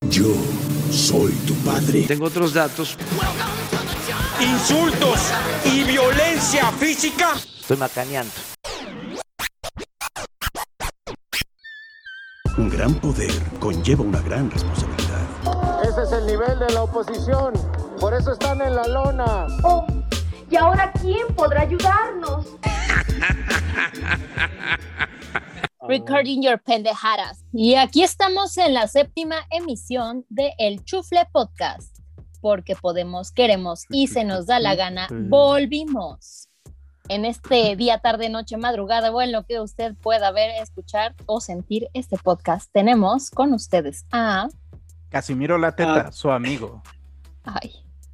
Yo soy tu padre. Tengo otros datos. Insultos y violencia física. Estoy macaneando. Un gran poder conlleva una gran responsabilidad. Ese es el nivel de la oposición. Por eso están en la lona. Oh, ¿y ahora quién podrá ayudarnos? Recording your pendejadas. Y aquí estamos en la 7ª emisión de El Chufle Podcast. Porque podemos, queremos y se nos da la gana, volvimos. En este día, tarde, noche, madrugada o en lo que usted pueda ver, escuchar o sentir este podcast, tenemos con ustedes a... Casimiro Lateta, su amigo. Ay.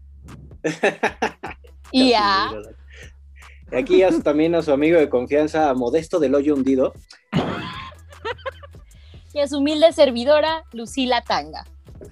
Y a... Aquí también a su amigo de confianza, Modesto del Hoyo Hundido. Y a su humilde servidora, Lucila Tanga.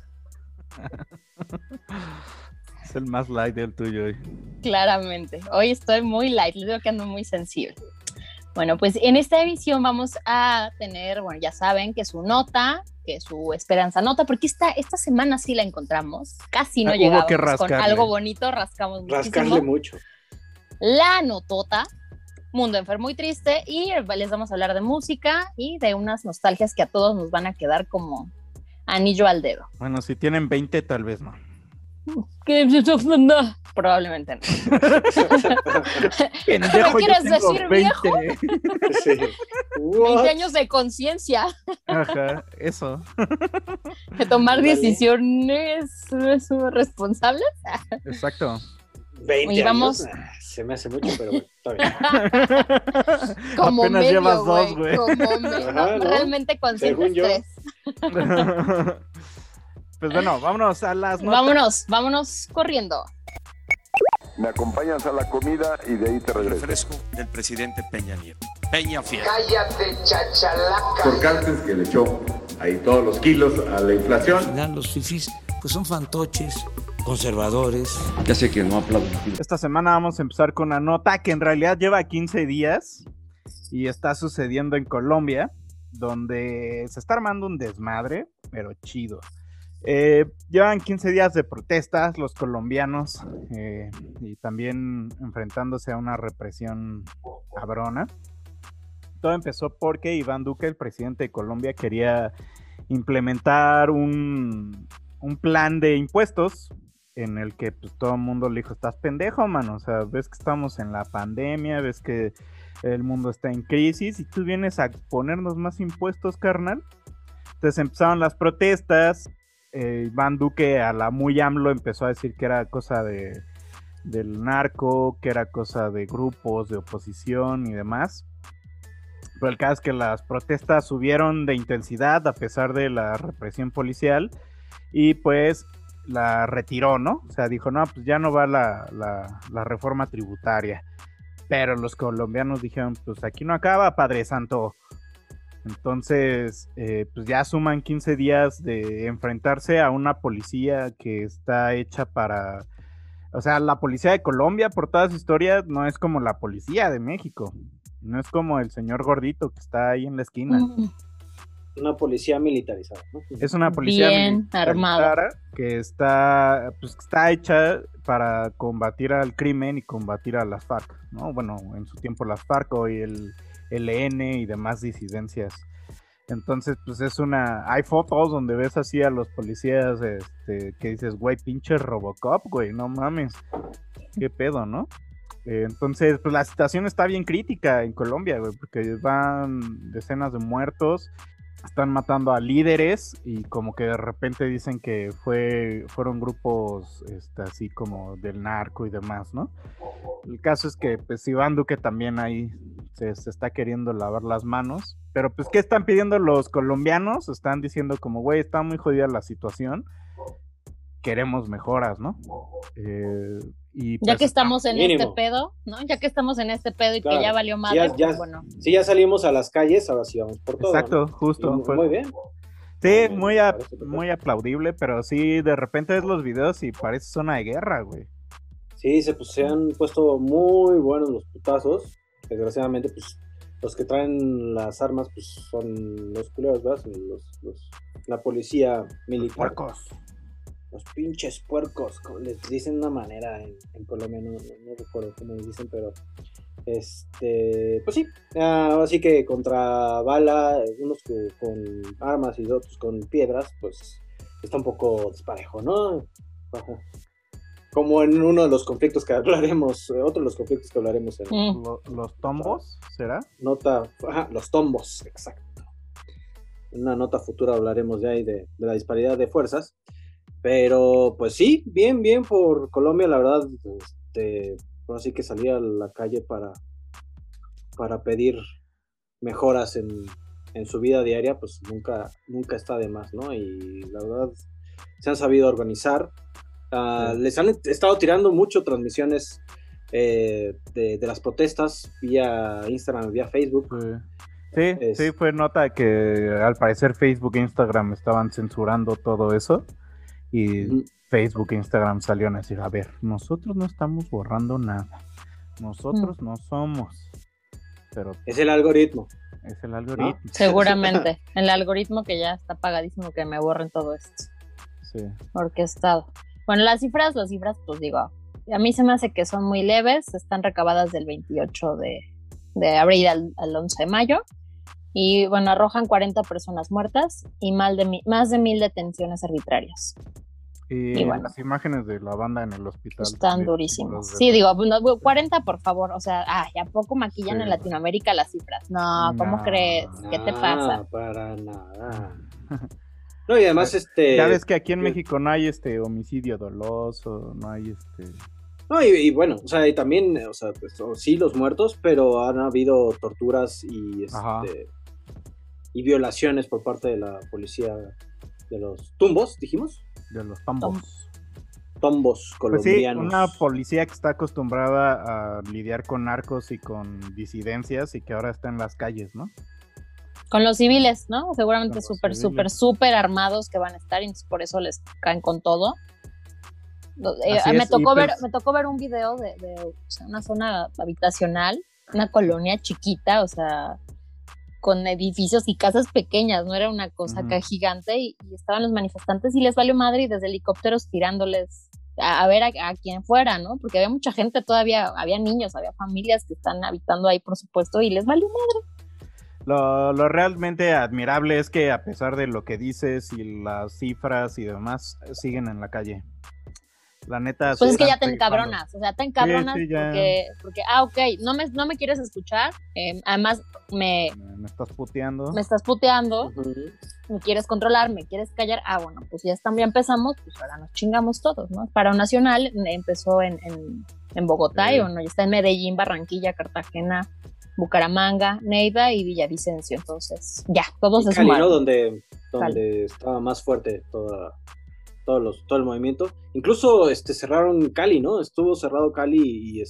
Es el más light del tuyo hoy. Claramente. Hoy estoy muy light, les digo que ando muy sensible. Bueno, pues en esta edición vamos a tener, bueno, ya saben que su nota, que su esperanza nota, porque esta semana sí la encontramos. Casi no llegamos con algo bonito, rascamos muchísimo. Rascarle mucho. La notota, Mundo Enfermo y Triste, y les vamos a hablar de música y de unas nostalgias que a todos nos van a quedar como anillo al dedo. Bueno, si tienen 20, tal vez no. Probablemente no. Pendejo, ¿Qué quieres decir, 20. viejo? Sí. 20 años de conciencia. Ajá, eso. De tomar decisiones responsables. Exacto. 20 y vamos... años, se me hace mucho, pero bueno, está bien. Como apenas medio, llevas 2, güey. Como medio. Ajá, ¿no? Realmente conscientes 3. Pues bueno, vámonos a las notas. Vámonos corriendo. Me acompañas a la comida y de ahí te regreso. Fresco del presidente Peña Nieto. Peña Fiel. Cállate, chachalaca. Por Cárcel que le echó ahí todos los kilos a la inflación. Al final los fifís pues son fantoches, conservadores. Ya sé que no aplauden. Esta semana vamos a empezar con una nota que en realidad lleva 15 días y está sucediendo en Colombia, donde se está armando un desmadre, pero chido. Llevan 15 días de protestas los colombianos y también enfrentándose a una represión cabrona. Todo empezó porque Iván Duque, el presidente de Colombia, quería implementar un plan de impuestos en el que pues todo el mundo le dijo, estás pendejo, mano, o sea, ves que estamos en la pandemia, ves que el mundo está en crisis y tú vienes a ponernos más impuestos, carnal. Entonces empezaron las protestas. Iván Duque a la muy AMLO empezó a decir que era cosa del narco, que era cosa de grupos de oposición y demás. Pero el caso es que las protestas subieron de intensidad a pesar de la represión policial y pues la retiró, ¿no? O sea, dijo, no, pues ya no va la reforma tributaria. Pero los colombianos dijeron, pues aquí no acaba, Padre Santo. Entonces, pues ya suman 15 días de enfrentarse a una policía que está hecha para... O sea, la policía de Colombia, por toda su historia, no es como la policía de México. No es como el señor gordito que está ahí en la esquina. Una policía militarizada, ¿no? Es una policía bien armada que está hecha para combatir al crimen y combatir a las FARC, ¿no? Bueno, en su tiempo las FARC y el ELN y demás disidencias. Entonces, pues hay fotos donde ves así a los policías, que dices, güey, pinche Robocop, güey, no mames, qué pedo, ¿no? Entonces, pues la situación está bien crítica en Colombia, güey, porque van decenas de muertos, están matando a líderes y como que de repente dicen que fueron grupos así como del narco y demás, ¿no? El caso es que pues Iván Duque también ahí se está queriendo lavar las manos, pero pues ¿qué están pidiendo los colombianos? Están diciendo como, güey, está muy jodida la situación, queremos mejoras, ¿no? Y pues, ya que estamos en mínimo. este pedo, ¿no? Ya que estamos en este pedo y claro, que ya valió madre, bueno. Si ya salimos a las calles, ahora sí vamos por todo. Exacto, ¿no? justo. Muy bien. Sí, muy aplaudible, pero sí, de repente ves los videos y parece zona de guerra, güey. Sí, se han puesto muy buenos los putazos. Desgraciadamente, pues, los que traen las armas, pues, son los culeros, ¿verdad? Son la policía militar. Puercos. Los pinches puercos, como les dicen de una manera en Colombia, no recuerdo cómo les dicen, pero pues sí, así que contra bala, unos con armas y otros con piedras, pues está un poco desparejo, ¿no? Ajá. Como en uno de los conflictos que hablaremos, otro de los conflictos que hablaremos en ¿Los tombos, será? los tombos, exacto. En una nota futura hablaremos de ahí de la disparidad de fuerzas. Pero pues sí, bien por Colombia, la verdad, por así que salí a la calle para pedir mejoras en su vida diaria, pues nunca está de más, ¿no? Y la verdad, se han sabido organizar. Les han estado tirando mucho transmisiones de las protestas vía Instagram, vía Facebook. Sí, fue nota que al parecer Facebook e Instagram estaban censurando todo eso. Y Facebook e Instagram salieron a decir, a ver, nosotros no estamos borrando nada, nosotros no somos, pero es el algoritmo. Es el algoritmo. ¿No? Seguramente, el algoritmo que ya está pagadísimo que me borren todo esto. Sí. Orquestado. Bueno, las cifras, pues digo, a mí se me hace que son muy leves, están recabadas del 28 de abril al 11 de mayo. Y bueno, arrojan 40 personas muertas y más de 1,000 detenciones arbitrarias. Y bueno, las imágenes de la banda en el hospital están durísimos. Sí, digo, 40 por favor, o sea, ¿a poco maquillan en Latinoamérica las cifras? No, ¿cómo crees? ¿Qué te pasa? Para nada. No, y además ya ves que aquí en México no hay homicidio doloso, no hay No, y bueno, o sea, y también, o sea, pues, sí los muertos, pero han habido torturas y violaciones por parte de la policía de los tumbos, dijimos. De los tombos. Tombos colombianos. Pues sí, una policía que está acostumbrada a lidiar con narcos y con disidencias y que ahora está en las calles, ¿no? Con los civiles, ¿no? Seguramente súper armados que van a estar y por eso les caen con todo. Me tocó ver un video de una zona habitacional, una colonia chiquita, o sea, con edificios y casas pequeñas, no era una cosa acá gigante, y estaban los manifestantes y les valió madre, y desde helicópteros tirándoles a ver a quién fuera, ¿no? Porque había mucha gente todavía, había niños, había familias que están habitando ahí, por supuesto, y les valió madre. Lo realmente admirable es que a pesar de lo que dices y las cifras y demás, siguen en la calle. La neta. Pues es que ya te encabronas, o sea, te encabronas porque ok, no me quieres escuchar, además me estás puteando. Me quieres controlar, me quieres callar, bueno, pues ya empezamos, pues ahora nos chingamos todos, ¿no? Paro Nacional empezó en Bogotá, y bueno, ya está en Medellín, Barranquilla, Cartagena, Bucaramanga, Neiva y Villavicencio, entonces ya, todos se sumaron. ¿no? Donde estaba más fuerte todo el movimiento. Incluso cerraron Cali, ¿no? Estuvo cerrado Cali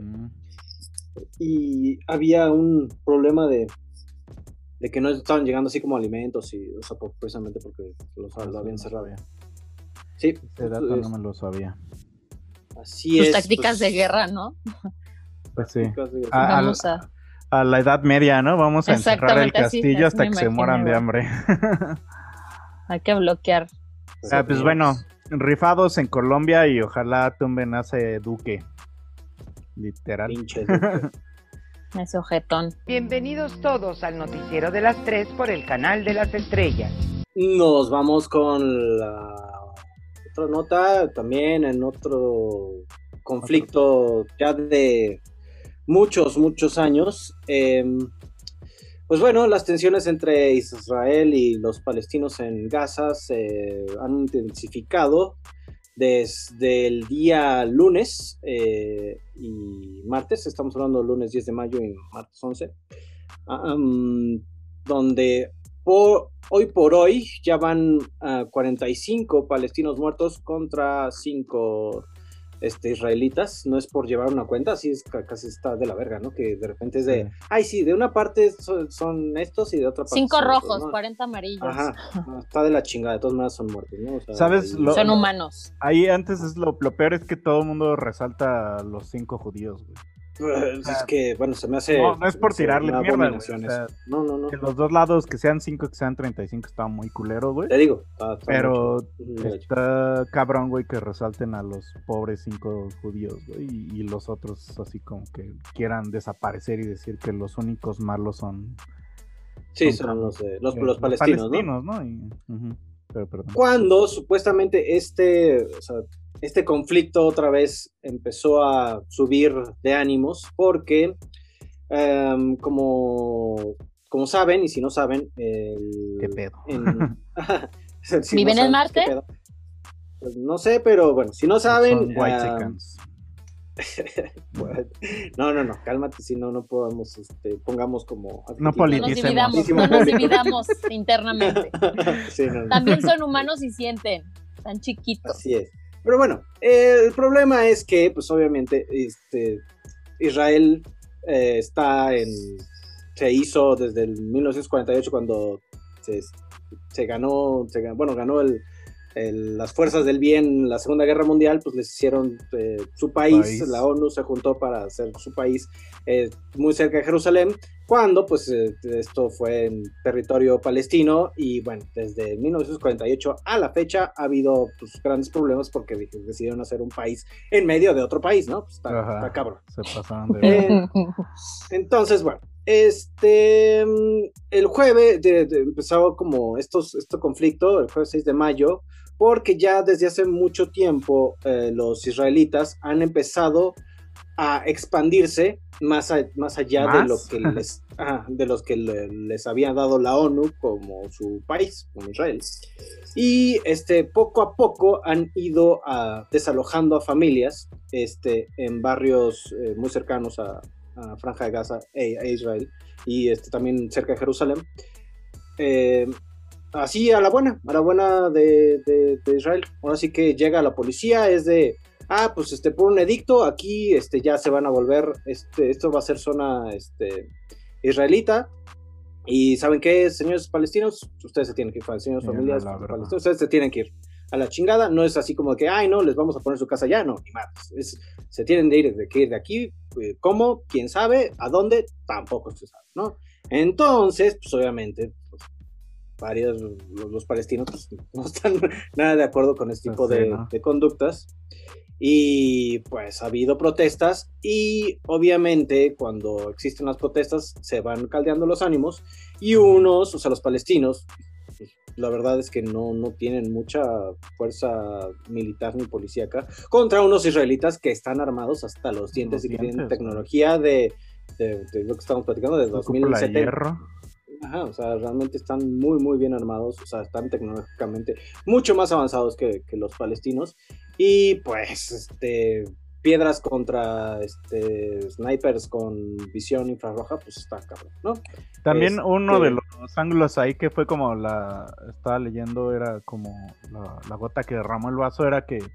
y había un problema de que no estaban llegando así como alimentos, y, o sea, precisamente porque lo habían cerrado. Sí. Ese dato no me lo sabía. Así es. Sus tácticas de guerra, ¿no? Pues sí. A la Edad Media, ¿no? Vamos a encerrar el castillo hasta que se mueran de hambre. Hay que bloquear. Pues bueno, rifados en Colombia y ojalá tumben a ese Duque. Literal. Pinche Duque. Ese ojetón. Bienvenidos todos al noticiero de las 3 por el canal de las estrellas. Nos vamos con la otra nota, también en otro conflicto ya de muchos años. Pues bueno, las tensiones entre Israel y los palestinos en Gaza se han intensificado desde el día lunes y martes, estamos hablando del lunes 10 de mayo y martes 11, donde hoy por hoy ya van 45 palestinos muertos contra 5 israelitas. No es por llevar una cuenta, así es, casi está de la verga, ¿no? Que de repente es de, sí, de una parte son estos y de otra parte 5 rojos, otros, ¿no? 40 amarillos. Ajá, no, está de la chingada, de todas maneras son muertos, ¿no? O sea, ¿sabes? Son humanos. Ahí antes es lo peor es que todo el mundo resalta a los 5 judíos, güey. Es que, bueno, se me hace... No es por tirarle mierda, güey. O sea, no. Que los dos lados, que sean 5, que sean 35, está muy culero, güey. Te digo. Pero está cabrón, güey, que resalten a los pobres 5 judíos, güey. Y los otros así como que quieran desaparecer y decir que los únicos malos son... Sí, son los palestinos, ¿no? Pero, perdón. Cuando supuestamente este conflicto otra vez empezó a subir de ánimos, porque como saben, y si no saben, ¿qué pedo? Si ¿viven en Marte? Pues no sé, pero bueno, si no saben... No, cálmate, si no podemos, pongamos como... No politicemos. No nos dividamos internamente. Sí, También son humanos y sienten, tan chiquitos. Así es. Pero bueno, el problema es que, pues obviamente, Israel se hizo desde el 1948 cuando ganó las fuerzas del bien, la Segunda Guerra Mundial, pues les hicieron su país, la ONU se juntó para hacer su país muy cerca de Jerusalén, cuando pues esto fue en territorio palestino, y bueno, desde 1948 a la fecha ha habido pues grandes problemas porque decidieron hacer un país en medio de otro país, ¿no? Pues está cabrón. Se pasaron de... Entonces, bueno, el jueves empezó como este conflicto, el jueves 6 de mayo, porque ya desde hace mucho tiempo los israelitas han empezado a expandirse más allá de los que les había dado la ONU como su país, como Israel. Y poco a poco han ido desalojando a familias en barrios muy cercanos a Franja de Gaza e Israel, y también cerca de Jerusalén, así a la buena de Israel. Ahora sí que llega la policía, es de pues por un edicto aquí ya se van a volver, esto va a ser zona israelita, y ¿saben qué, señores palestinos? Ustedes se tienen que ir, señores familias palestinos, ustedes se tienen que ir a la chingada. No es así como que, no, les vamos a poner su casa ya, no, ni más. Se tienen que ir de aquí, ¿cómo? ¿Quién sabe? ¿A dónde? Tampoco se sabe, ¿no? Entonces, pues obviamente, los palestinos pues, no están nada de acuerdo con este tipo de conductas, y pues ha habido protestas, y obviamente cuando existen las protestas se van caldeando los ánimos, y los palestinos, la verdad es que no tienen mucha fuerza militar ni policíaca contra unos israelitas que están armados hasta los dientes y que tienen tecnología de lo que estamos platicando de 2007. Ajá, o sea, realmente están muy, muy bien armados, o sea, están tecnológicamente mucho más avanzados que los palestinos, y pues, piedras contra snipers con visión infrarroja, pues está cabrón, ¿no? También uno de los ángulos ahí que fue como estaba leyendo, era como la gota que derramó el vaso, era que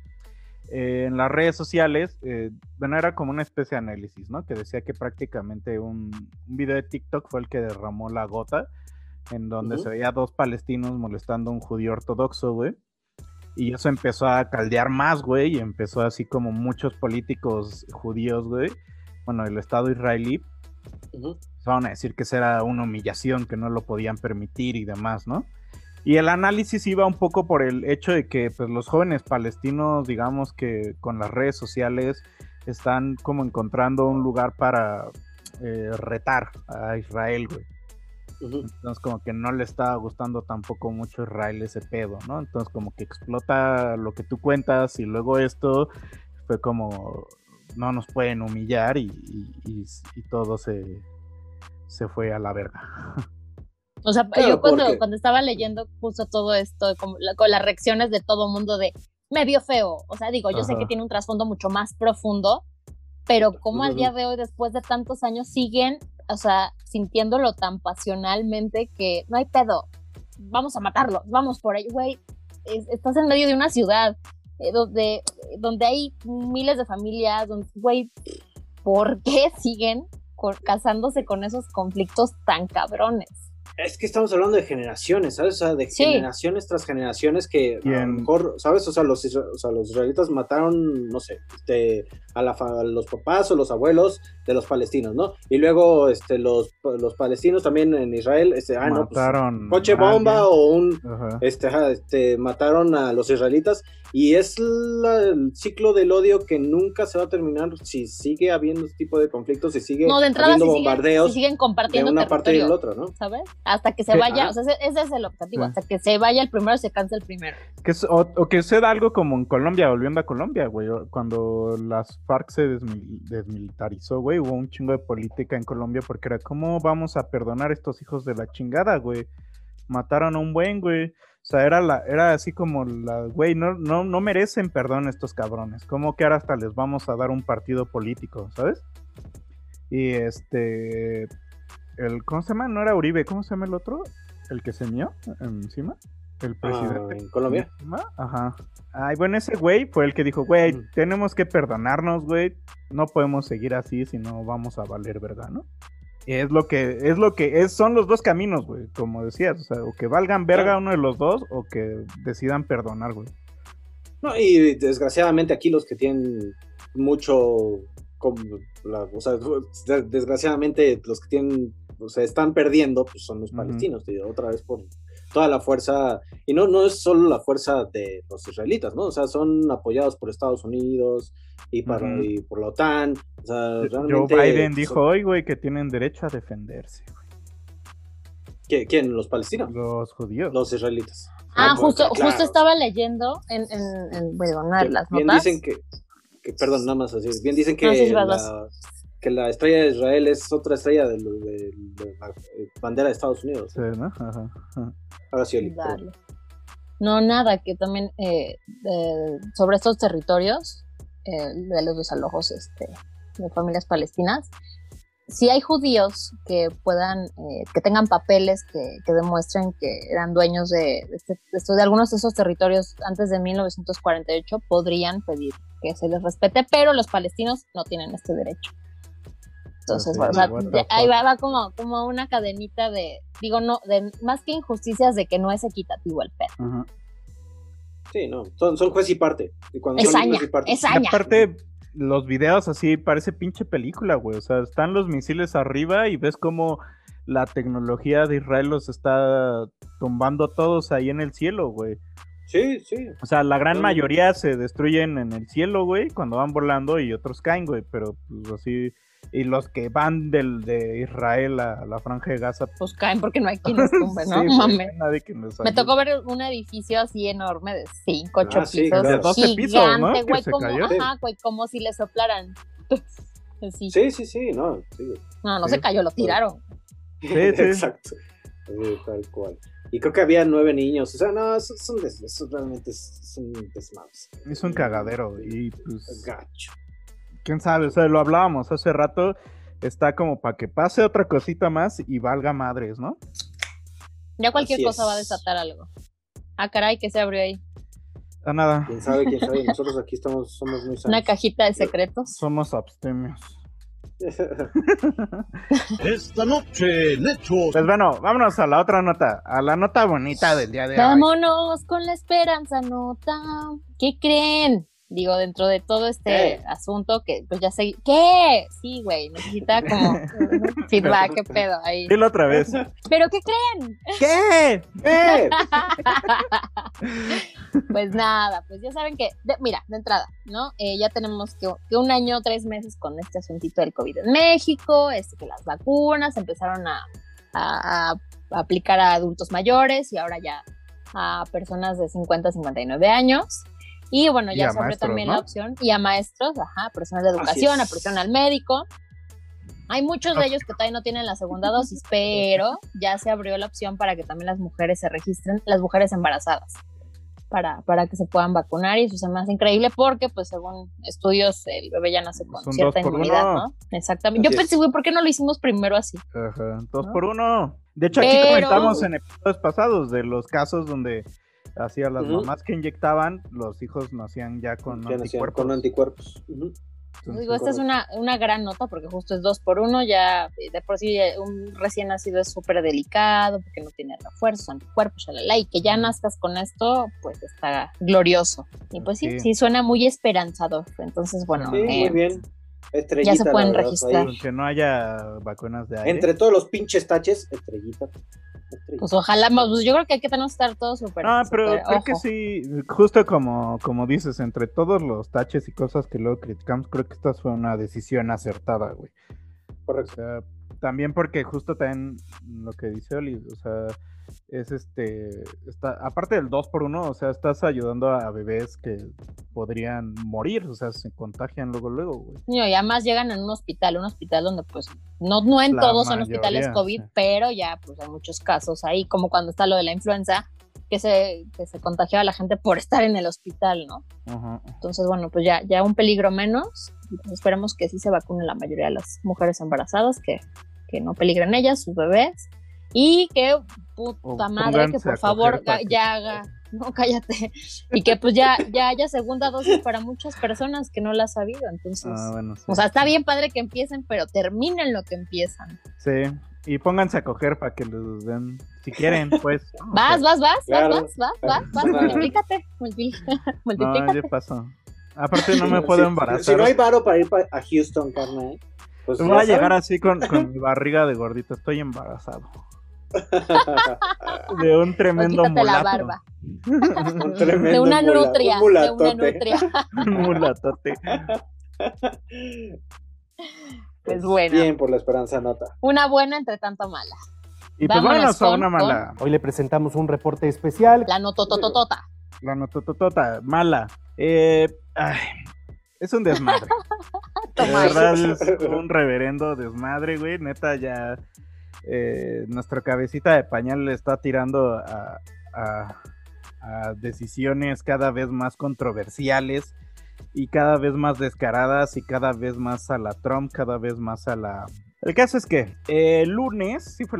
en las redes sociales, era como una especie de análisis, ¿no? Que decía que prácticamente un video de TikTok fue el que derramó la gota, en donde se veía 2 palestinos molestando a un judío ortodoxo, güey. Y eso empezó a caldear más, güey, y empezó así como muchos políticos judíos, güey, bueno, el Estado israelí, empezaron a decir que eso era una humillación, que no lo podían permitir y demás, ¿no? Y el análisis iba un poco por el hecho de que pues, los jóvenes palestinos, digamos que con las redes sociales, están como encontrando un lugar para retar a Israel, güey. Entonces como que no le estaba gustando tampoco mucho a Israel ese pedo, ¿no? Entonces como que explota lo que tú cuentas, y luego esto fue como no nos pueden humillar, y todo se fue a la verga. O sea, claro, yo cuando estaba leyendo justo todo esto, con las reacciones de todo mundo de me vio feo, o sea, digo, yo sé que tiene un trasfondo mucho más profundo, pero como al día de hoy, después de tantos años, siguen, o sea, sintiéndolo tan pasionalmente que no hay pedo, vamos a matarlo, vamos por ahí, güey, estás en medio de una ciudad donde hay miles de familias, güey, ¿por qué siguen casándose con esos conflictos tan cabrones? Es que estamos hablando de generaciones, ¿sabes? O sea, de generaciones tras generaciones que a lo mejor, ¿sabes? O sea, los israelitas mataron, no sé, a los papás o los abuelos de los palestinos, ¿no? Y luego los palestinos también en Israel, mataron coche bomba o mataron a los israelitas, y es el ciclo del odio que nunca se va a terminar si sigue habiendo este tipo de conflictos, si sigue habiendo bombardeos siguen compartiendo de una parte y del otro, ¿no? ¿Sabes? Hasta que se vaya, o sea, ese es el objetivo, hasta que se vaya el primero, se cansa el primero. O que suceda algo como en Colombia, volviendo a Colombia, güey, cuando las FARC se desmilitarizó, güey, hubo un chingo de política en Colombia porque era, ¿cómo vamos a perdonar a estos hijos de la chingada, güey? Mataron a un buen, güey. O sea, era así como güey, no merecen perdón estos cabrones. ¿Cómo que ahora hasta les vamos a dar un partido político, ¿sabes? Y ¿cómo se llama? No era Uribe, ¿cómo se llama el otro? El que se mió encima. El presidente. ¿En Colombia? Ajá. Ay, bueno, ese güey fue el que dijo, güey, tenemos que perdonarnos, güey. No podemos seguir así, si no vamos a valer verga, ¿no? Son los dos caminos, güey, como decías, o sea, o que valgan verga uno de los dos, o que decidan perdonar, güey. No, y desgraciadamente aquí los que tienen mucho, desgraciadamente los que tienen, o sea, están perdiendo, pues son los palestinos, tío, otra vez por toda la fuerza, y no es solo la fuerza de los israelitas, ¿no? O sea, son apoyados por Estados Unidos y por la OTAN, o sea, realmente... Joe Biden dijo hoy, güey, que tienen derecho a defenderse, güey. ¿Quién? ¿Los palestinos? Los judíos. Los israelitas. Justo estaba leyendo en una de las notas. Bien dicen que perdón, nada más así, bien dicen que que la estrella de Israel es otra estrella de la bandera de Estados Unidos. Sí, ¿no? Ajá. Ahora sí, Oli. No, nada, que también sobre estos territorios de los desalojos de familias palestinas, si hay judíos que puedan, que tengan papeles que demuestren que eran dueños de algunos de esos territorios antes de 1948, podrían pedir que se les respete, pero los palestinos no tienen este derecho. Entonces, bueno, o sea, ahí va como una cadenita de más que injusticias, de que no es equitativo el pedo. Uh-huh. Sí, no, son juez y parte. Y cuando es son aña, juez y parte. es aña. Y aparte, los videos así, parece pinche película, güey. O sea, están los misiles arriba y ves como la tecnología de Israel los está tumbando a todos ahí en el cielo, güey. Sí. O sea, la gran mayoría se destruyen en el cielo, güey, cuando van volando, y otros caen, güey. Pero pues así... Y los que van de Israel a la Franja de Gaza, pues caen porque no hay quien los tumbe, ¿no? Sí, Mames. Nadie que nos Me tocó ver un edificio así enorme de 5, 8 pisos. De 12 pisos, ¿no? Güey, güey, como si le soplaran. Sí, no. Sí. No se cayó, lo tiraron. Sí. Exacto. Tal cual. Y creo que había 9 niños. O sea, no, eso realmente son desmadres. Es un cagadero. Y pues... Gacho. ¿Quién sabe? O sea, lo hablábamos hace rato, está como para que pase otra cosita más y valga madres, ¿no? Ya cualquier cosa va a desatar algo. Ah, caray, ¿qué se abrió ahí? Nada. ¿Quién sabe? Nosotros aquí somos muy sanos. Una cajita de secretos. Somos abstemios. Esta noche, Nechos. Pues bueno, vámonos a la otra nota, a la nota bonita del día de hoy. Vámonos con la esperanza nota. ¿Qué creen? Digo, dentro de todo este asunto que pues ya sé... ¿Qué? Sí, güey, necesita como feedback, qué pedo ahí. Dilo otra vez. ¿Pero qué creen? ¿Qué? Pues nada, pues ya saben que, mira, de entrada, ¿no? Ya tenemos que 1 año, 3 meses con este asuntito del COVID en México, que las vacunas empezaron a aplicar a adultos mayores y ahora ya a personas de 50 a 59 años. Y bueno, ya se abrió también, ¿no?, la opción, y a maestros, personas de educación, a personal médico. Hay muchos de ellos que todavía no tienen la segunda dosis, pero ya se abrió la opción para que también las mujeres se registren, las mujeres embarazadas, para que se puedan vacunar, y eso se me hace increíble porque, pues, según estudios, el bebé ya nace con cierta inmunidad, ¿no? Exactamente. Yo pensé, güey, ¿por qué no lo hicimos primero así? Ajá, 2 por 1. De hecho, aquí comentamos en episodios pasados de los casos donde hacía las mamás que inyectaban, los hijos nacían ya con anticuerpos. Con anticuerpos. Entonces, digo, esta es una gran nota porque justo es 2x1, ya de por sí un recién nacido es súper delicado porque no tiene refuerzos, anticuerpos, shalala, y que ya nazcas con esto, pues está glorioso. Y pues sí suena muy esperanzador. Entonces, bueno, muy bien. Estrellita, ya se pueden verdad, registrar. Aunque no haya vacunas de aire. Entre todos los pinches taches, estrellita. Pues ojalá, pues yo creo que hay que tenemos que estar todos súper. Pero creo que sí, justo como dices, entre todos los taches y cosas que luego criticamos, creo que esta fue una decisión acertada, güey. Correcto. O sea, también porque justo también lo que dice Oli, o sea, es aparte del 2x1, o sea, estás ayudando a bebés que podrían morir, o sea, se contagian luego, güey. Y además llegan en un hospital donde pues no en todos son hospitales COVID, sí. Pero ya pues hay muchos casos ahí, como cuando está lo de la influenza, que se contagiaba a la gente por estar en el hospital, ¿no? Uh-huh. Entonces, bueno, pues ya un peligro menos, y pues esperemos que sí se vacunen la mayoría de las mujeres embarazadas, que no peligren ellas, sus bebés, y que puta madre, que por favor ya haga, no, cállate, y que pues ya haya segunda dosis para muchas personas que no la han sabido, entonces, bueno, sí. O sea, está bien padre que empiecen, pero terminen lo que empiezan. Sí, y pónganse a coger para que los den, si quieren, pues. Vas, multiplícate. No, ya pasó. Aparte no me puedo embarazar. Si no hay varo para ir a Houston, carnal, pues voy a llegar así con mi barriga de gordito, estoy embarazado. De un tremendo mulato. La barba. De una nutria. Un mulatote. Pues bueno. Bien por la esperanza nota. Una buena entre tanto mala. Y pues vámonos a una mala. Hoy le presentamos un reporte especial. La notototota. La notototota, mala. Es un desmadre. De verdad es un reverendo desmadre, güey. Neta, ya nuestra cabecita de pañal le está tirando a decisiones cada vez más controversiales y cada vez más descaradas y cada vez más a la Trump, cada vez más a la... El caso es que el lunes sí,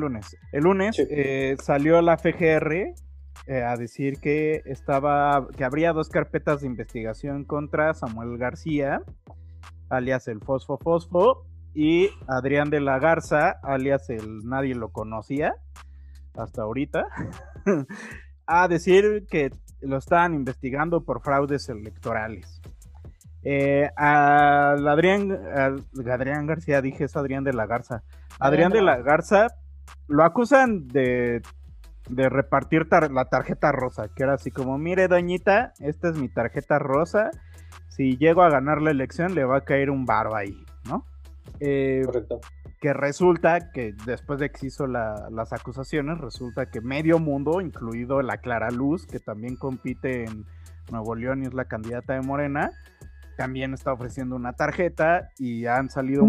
salió la FGR a decir que habría 2 carpetas de investigación contra Samuel García, alias el Fosfo, y Adrián de la Garza, alias el nadie lo conocía hasta ahorita, a decir que lo estaban investigando por fraudes electorales. Adrián García, dije, es Adrián de la Garza. Adrián de la Garza lo acusan de repartir la tarjeta rosa, que era así como, mire doñita, esta es mi tarjeta rosa, si llego a ganar la elección le va a caer un varo ahí, ¿no? Correcto. Que resulta que después de que se hizo las acusaciones, resulta que medio mundo, incluido la Clara Luz, que también compite en Nuevo León y es la candidata de Morena, también está ofreciendo una tarjeta y han salido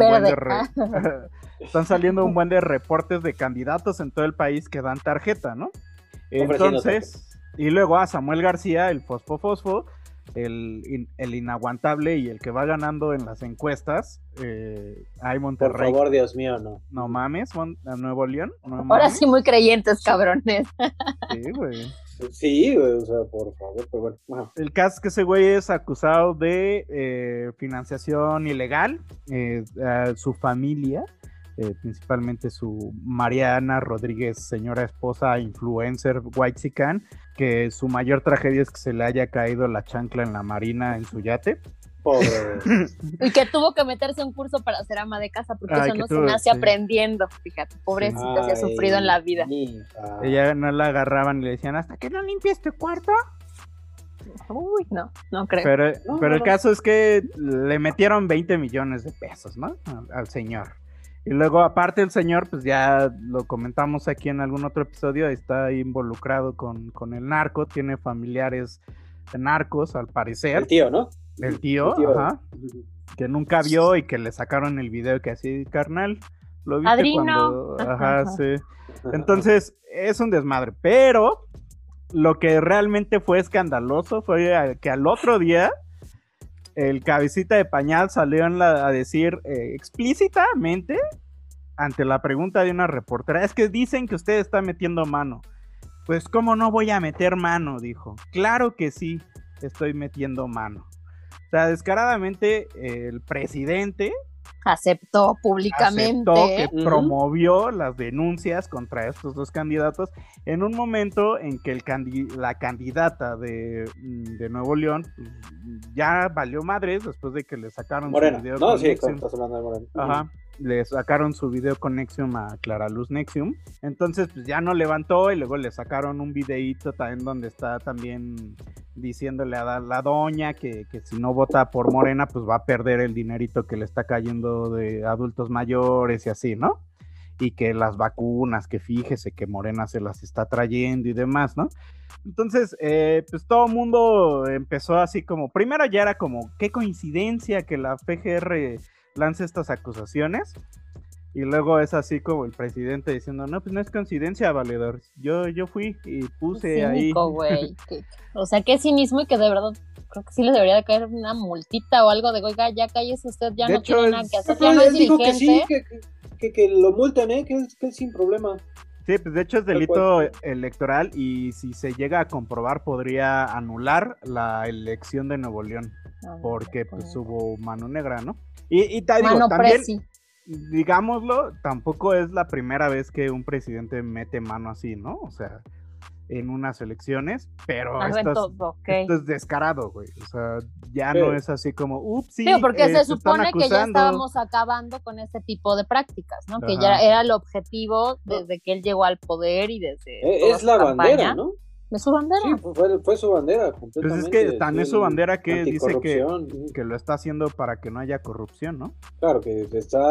están saliendo un buen de reportes de candidatos en todo el país que dan tarjeta, ¿no? Entonces, y luego a Samuel García, el Fosfo, el inaguantable y el que va ganando en las encuestas, hay Monterrey. Por favor, Dios mío, no. No mames, a Nuevo León. No Ahora mames. sí muy creyentes, cabrones. Sí, güey. Sí, o sea, por favor, pero bueno. Wow. El caso es que ese güey es acusado de financiación ilegal, a su familia, principalmente su Mariana Rodríguez, señora esposa, influencer whitexican, que su mayor tragedia es que se le haya caído la chancla en la marina en su yate. Pobre. Y que tuvo que meterse a un curso para ser ama de casa, porque eso no se nace aprendiendo. Fíjate, pobrecita, se ha sufrido en la vida. Ella no la agarraban y le decían, ¿hasta que no limpies tu cuarto? Uy, no creo. Pero el caso es que le metieron 20 millones de pesos, ¿no? Al señor. Y luego, aparte, el señor, pues ya lo comentamos aquí en algún otro episodio, está involucrado con el narco, tiene familiares narcos, al parecer. El tío, ¿no? El tío, ajá, que nunca vio y que le sacaron el video que así, carnal, lo viste Padrino. cuando, ajá, sí. Entonces, es un desmadre, pero lo que realmente fue escandaloso fue que al otro día el cabecita de pañal salió a decir explícitamente ante la pregunta de una reportera, es que dicen que usted está metiendo mano. Pues, ¿cómo no voy a meter mano? Dijo. Claro que sí, estoy metiendo mano. O sea, descaradamente el presidente aceptó públicamente que promovió las denuncias contra estos dos candidatos en un momento en que la candidata de Nuevo León pues, ya valió madres después de que le sacaron Morena. su video no, con sí, Nexium. estás hablando de Morena. Ajá. Le sacaron su video con Nexium a Clara Luz Nexium. Entonces, pues ya no levantó y luego le sacaron un videíto también donde está también diciéndole a la doña que si no vota por Morena, pues va a perder el dinerito que le está cayendo de adultos mayores y así, ¿no? Y que las vacunas, que fíjese que Morena se las está trayendo y demás, ¿no? Entonces, pues todo el mundo empezó así como, primero ya era como, qué coincidencia que la PGR lance estas acusaciones, y luego es así como el presidente diciendo, no, pues no es coincidencia, valedor, yo fui y puse cínico, ahí. Güey. O sea, qué cinismo, y que de verdad creo que sí le debería de caer una multita o algo de, oiga, ya cállese usted, ya de no hecho, tiene nada que hacer, ya no es dirigente. Que sí, que lo multen, que es sin problema. Sí, pues de hecho es delito electoral y si se llega a comprobar podría anular la elección de Nuevo León, porque pues hubo mano negra, ¿no? Y te digo, también, digámoslo, tampoco es la primera vez que un presidente mete mano así, ¿no? O sea, en unas elecciones, pero esto es descarado, güey. O sea, ya no es así como, ups, sí, porque se supone que ya estábamos acabando con este tipo de prácticas, ¿no? Ajá. Que ya era el objetivo desde que él llegó al poder y desde es la bandera, ¿no? Es su bandera. Sí, fue su bandera completamente. Pues es que tan es su bandera que dice que lo está haciendo para que no haya corrupción, ¿no? Claro, que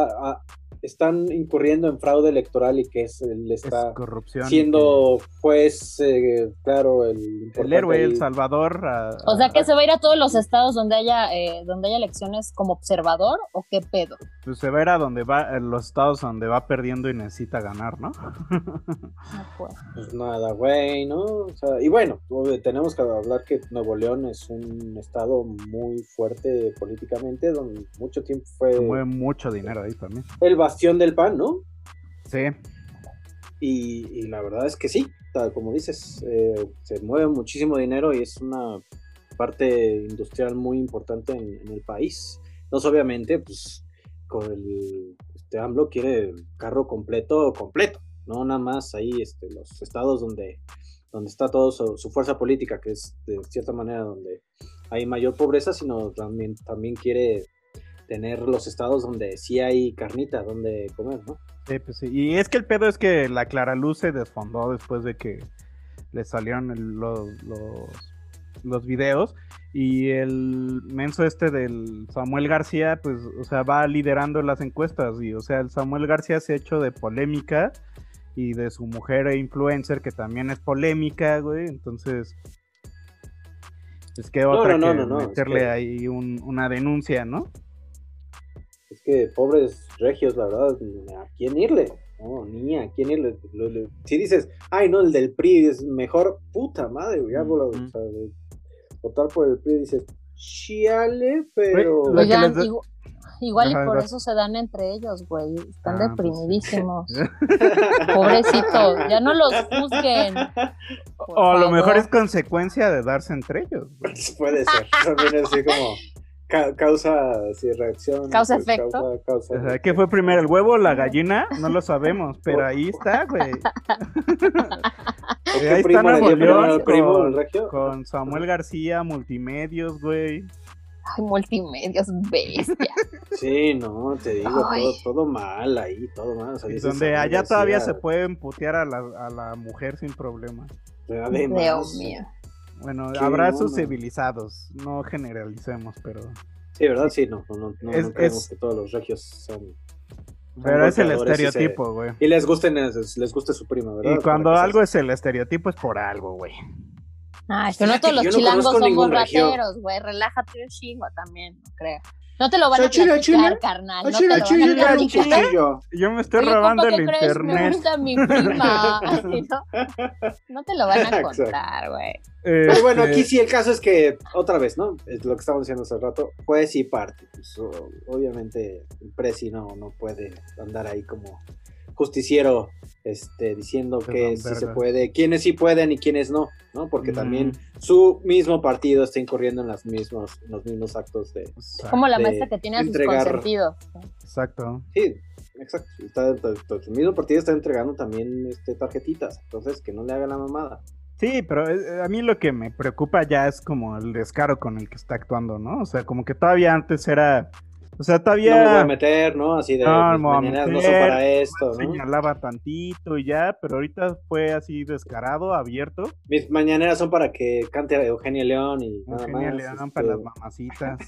están incurriendo en fraude electoral y que él está siendo juez, claro, el héroe, el salvador. O sea, que se va a ir a todos los estados donde haya elecciones como observador, ¿o qué pedo? Pues se va a ir a los estados donde va perdiendo y necesita ganar, ¿no? Pues nada, güey, ¿no? O sea, y bueno, tenemos que hablar que Nuevo León es un estado muy fuerte políticamente, donde mucho tiempo se mueve mucho dinero ahí también. El bastión del PAN, ¿no? Sí. Y la verdad es que sí, tal como dices, se mueve muchísimo dinero y es una parte industrial muy importante en el país. Entonces, obviamente, pues, con AMLO quiere el carro completo, no nada más ahí los estados donde está toda su fuerza política, que es de cierta manera donde hay mayor pobreza, sino también quiere tener los estados donde sí hay carnita donde comer, ¿no? Sí, pues sí. Y es que el pedo es que la Clara Luz se desfondó después de que le salieron los videos, y el menso del Samuel García, pues, o sea, va liderando las encuestas, y, o sea, el Samuel García se ha hecho de polémica, y de su mujer influencer, que también es polémica, güey, entonces, es que otra meterle ahí una denuncia, ¿no? Es que pobres regios, la verdad, ¿a quién irle? No, ni a quién irle. Si dices, ay, no, el del PRI es mejor, puta madre, güey, o sea, votar por el PRI, dices, chiale, pero... Oigan, igual y por eso se dan entre ellos, güey, están deprimidísimos. Pobrecitos, ya no los juzguen. O a lo mejor es consecuencia de darse entre ellos, güey. Puede ser, también así como... Causa, sí, reacción. Causa-efecto. ¿Qué fue primero, el huevo o la gallina? No lo sabemos, pero ahí está, güey. Ahí está Nuevo León con Samuel García, Multimedios, güey. Ay, Multimedios, bestia. Sí, no, te digo, todo mal ahí, todo mal. O sea, donde allá todavía se pueden putear a la mujer sin problema. Dios mío. Bueno, abrazos civilizados, no generalicemos, pero... Sí, ¿verdad? Sí, no creemos que todos los regios son... Pero es el estereotipo, güey. Y les guste su prima, ¿verdad? Y cuando algo es el estereotipo es por algo, güey. Ah, es que no todos los chilangos somos rateros, güey. Relájate un chingo también, no creo. No te lo van a platicar, carnal. No te lo van a platicar. Yo me estoy robando el internet. Me gusta mi prima. Así, no te lo van a contar, güey. Pero bueno, aquí sí el caso es que, otra vez, ¿no? Es lo que estábamos diciendo hace rato, juez y parte. Pues, obviamente el presi no puede andar ahí como justiciero diciendo que sí se puede, quiénes sí pueden y quiénes no, ¿no? Porque también su mismo partido está incurriendo en los mismos actos de... Como la maestra que tiene a sus consentidos. Exacto. Sí, exacto. Su mismo partido está entregando también tarjetitas, entonces que no le haga la mamada. Sí, pero a mí lo que me preocupa ya es como el descaro con el que está actuando, ¿no? O sea, como que todavía antes era... O sea, todavía... No me voy a meter, ¿no? Así de mis mañaneras no son para esto, ¿no? Señalaba tantito y ya, pero ahorita fue así descarado, abierto. Mis mañaneras son para que cante Eugenia León y nada más. Eugenia León para las mamacitas.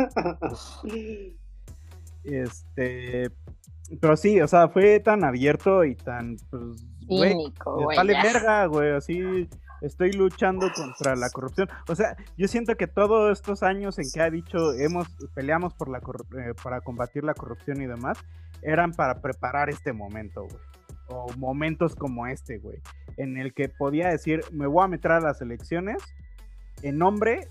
Pero sí, o sea, fue tan abierto y tan, pues, cínico, güey. Vale verga, güey, así... Estoy luchando contra la corrupción. O sea, yo siento que todos estos años en que ha dicho peleamos para combatir la corrupción y demás, eran para preparar este momento, güey. O momentos como este, güey. En el que podía decir, me voy a meter a las elecciones en nombre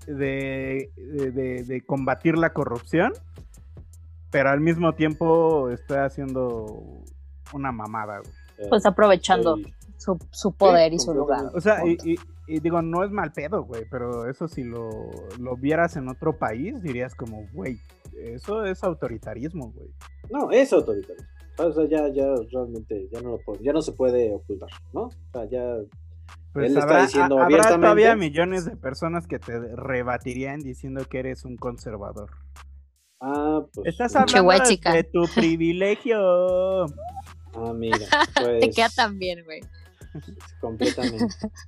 de combatir la corrupción, pero al mismo tiempo estoy haciendo una mamada, güey. Pues aprovechando su poder y su lugar. O sea, y digo, no es mal pedo, güey, pero eso si lo vieras en otro país, dirías como, güey, eso es autoritarismo, güey. No, es autoritarismo. O sea, ya realmente ya no se puede ocultar, ¿no? O sea, ya pues él está diciendo abiertamente. Habrá todavía millones de personas que te rebatirían diciendo que eres un conservador. Pues estás hablando de tu privilegio. Mira, pues... Te queda tan bien, güey. Completamente.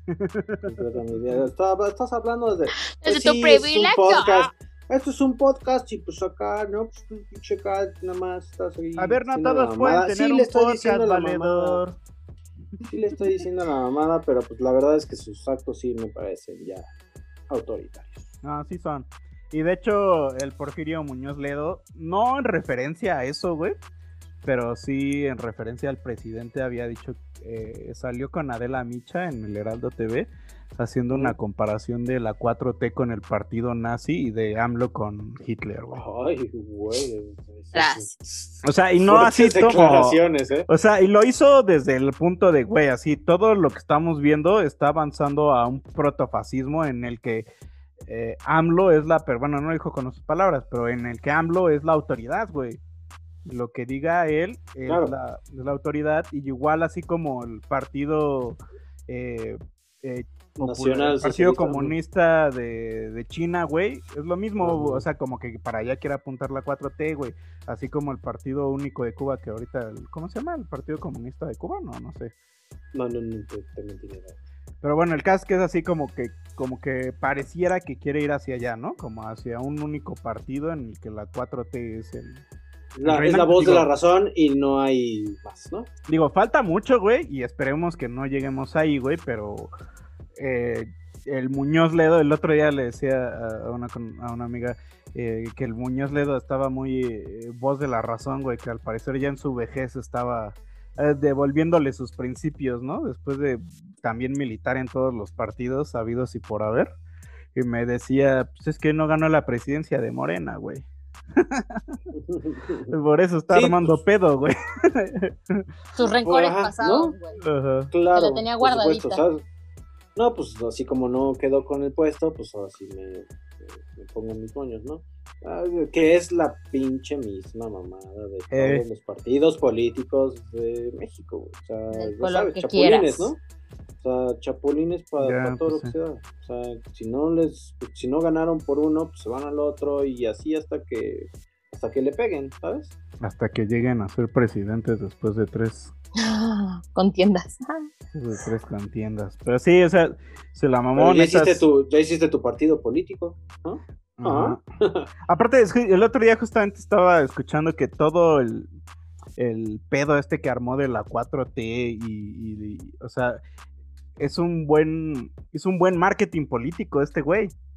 Estás hablando desde tu privilegio. Esto es un podcast y pues acá, ¿no? Pues tú pinche acá, nada más estás ahí. A ver, no todos pueden tener un podcast valedor. Sí le estoy diciendo la mamada, pero pues la verdad es que sus actos sí me parecen ya autoritarios. No, sí son. Y de hecho, el Porfirio Muñoz Ledo, no en referencia a eso, güey, pero sí en referencia al presidente había dicho, salió con Adela Micha en el Heraldo TV, haciendo una comparación de la 4T con el partido nazi y de AMLO con Hitler, güey. Ay, güey. O sea, y no así como... O sea, y lo hizo desde el punto de, güey, así todo lo que estamos viendo está avanzando a un protofascismo en el que AMLO es bueno, no lo dijo con sus palabras, pero en el que AMLO es la autoridad, güey. Lo que diga él es la autoridad, y igual así como el partido nacional, el partido comunista de China, güey, es lo mismo, o sea, como que para allá quiere apuntar la 4T, güey, así como el partido único de Cuba que ahorita, ¿cómo se llama? ¿El partido comunista de Cuba? No sé. No te mentiré. Pero bueno, el caso es que es así como que pareciera que quiere ir hacia allá, ¿no? Como hacia un único partido en el que la 4T es el... es la voz de la razón y no hay más, ¿no? Digo, falta mucho, güey, y esperemos que no lleguemos ahí, güey, pero el Muñoz Ledo, el otro día le decía a una amiga que el Muñoz Ledo estaba muy voz de la razón, güey, que al parecer ya en su vejez estaba devolviéndole sus principios, ¿no? Después de también militar en todos los partidos habidos y por haber, y me decía, pues es que no ganó la presidencia de Morena, güey. Por eso está armando pedo, güey. Sus rencores pasados, güey. Claro. Que la tenía guardadita. Supuesto, no, pues así como no quedó con el puesto, pues ahora sí me pongo mis moños, ¿no? Que es la pinche misma mamada de todos los partidos políticos de México, güey. O sea, ya sabes, chapulines, quieras, ¿no? O sea, chapulines para todo lo que sea. O sea, si no ganaron por uno, pues se van al otro y así hasta que le peguen, ¿sabes? Hasta que lleguen a ser presidentes después de 3 contiendas. De 3 contiendas. Pero sí, o sea, se la mamó. Ya hiciste tu partido político, ¿no? Aparte, el otro día justamente estaba escuchando que todo el pedo que armó de la 4T y o sea, es un buen marketing político güey.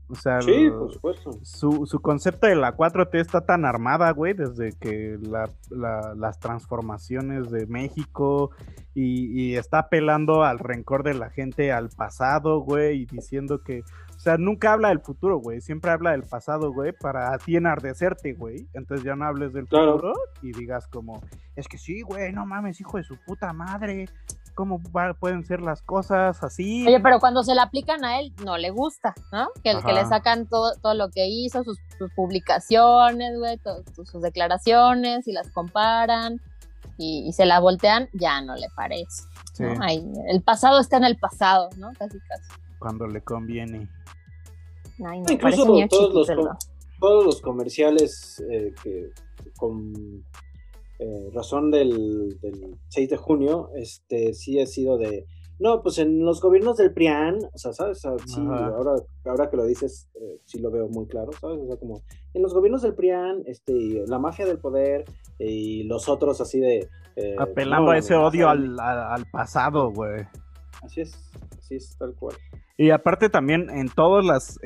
O sea, sí, por supuesto. Su concepto de la 4T está tan armada, güey, desde que las transformaciones de México y está apelando al rencor de la gente, al pasado, güey, y diciendo que, o sea, nunca habla del futuro, güey, siempre habla del pasado, güey, para a ti enardecerte, güey. Entonces ya no hables del futuro y digas como, es que sí, güey, no mames, hijo de su puta madre. ¿Cómo pueden ser las cosas así? Oye, pero cuando se la aplican a él, no le gusta, ¿no? Que le sacan todo lo que hizo, sus publicaciones, güey, sus declaraciones, y las comparan, y se la voltean, ya no le parece, sí. ¿No? Ahí, el pasado está en el pasado, ¿no? Casi. Cuando le conviene. Ay, no, incluso todos los comerciales que con... razón del 6 de junio, sí ha sido de, no, pues en los gobiernos del PRIAN, o sea, ¿sabes? O sea, sí, ahora que lo dices, sí lo veo muy claro, ¿sabes? O sea, como en los gobiernos del PRIAN, la mafia del poder y los otros así de... apelando a ese odio al pasado, güey. Así es, tal cual. Y aparte también en todas las...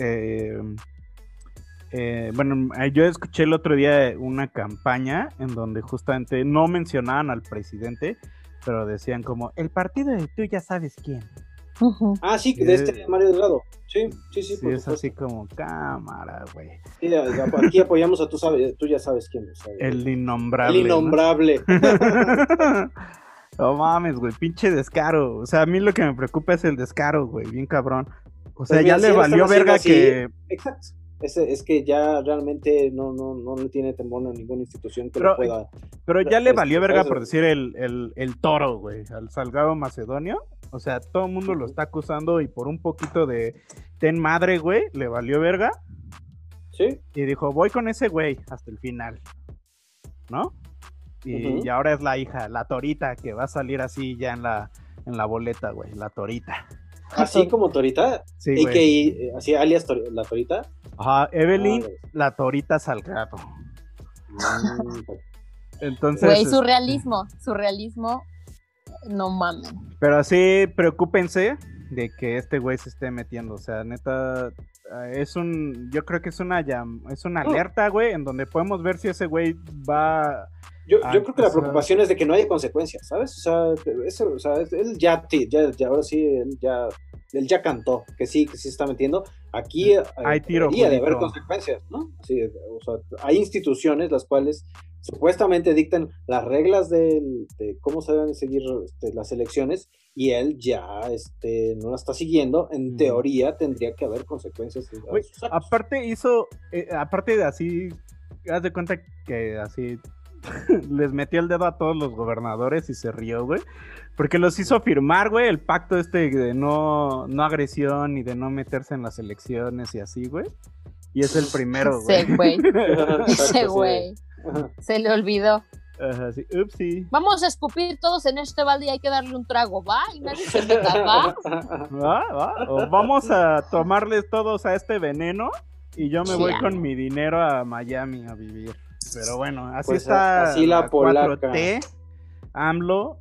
bueno, yo escuché el otro día una campaña en donde justamente no mencionaban al presidente, pero decían como, el partido de tú ya sabes quién. Uh-huh. Ah, sí, de Mario Delgado. Sí, sí, es así como, cámara, güey. Sí, aquí apoyamos a tú ya sabes quién. O sea, el innombrable. El innombrable. ¿No? No mames, güey, pinche descaro. O sea, a mí lo que me preocupa es el descaro, güey, bien cabrón. O sea, pues ya le valió verga así, que... Exacto. Es que ya realmente no le tiene temor a ninguna institución que lo pueda... Pero ya le valió verga por decir el toro, güey, al Salgado Macedonio. O sea, todo el mundo lo está acusando y por un poquito de ten madre, güey, le valió verga. Sí. Y dijo, voy con ese güey hasta el final, ¿no? Y ahora es la hija, la Torita, que va a salir así ya en la boleta, güey, la Torita. ¿Así como Torita? Sí, güey. ¿Así alias la Torita? Ajá, Evelyn, la Torita Salgado. Entonces... Güey, surrealismo, no mames. Pero así, preocúpense de que este güey se esté metiendo, o sea, neta, yo creo que es una alerta, güey, en donde podemos ver si ese güey va... Yo creo que la preocupación es de que no haya consecuencias, ¿sabes? O sea, él ya ahora sí, él ya cantó, que sí se está metiendo. Aquí debería de haber consecuencias, ¿no? Sí, o sea, hay instituciones las cuales supuestamente dictan las reglas de cómo se deben seguir las elecciones, y él ya no la está siguiendo. En teoría tendría que haber consecuencias. Wey, aparte de así, haz de cuenta que así les metió el dedo a todos los gobernadores y se rió, güey, porque los hizo firmar, güey, el pacto de no agresión y de no meterse en las elecciones y así, güey, y es el primero, güey. Ese güey se le olvidó. Ajá, sí, upsi. Vamos a escupir todos en este balde y hay que darle un trago, ¿va? Y nadie se meta, ¿va? ¿Va? O vamos a tomarles todos a este veneno y yo me voy con mi dinero a Miami a vivir. Pero bueno, así pues está así la 4T, AMLO.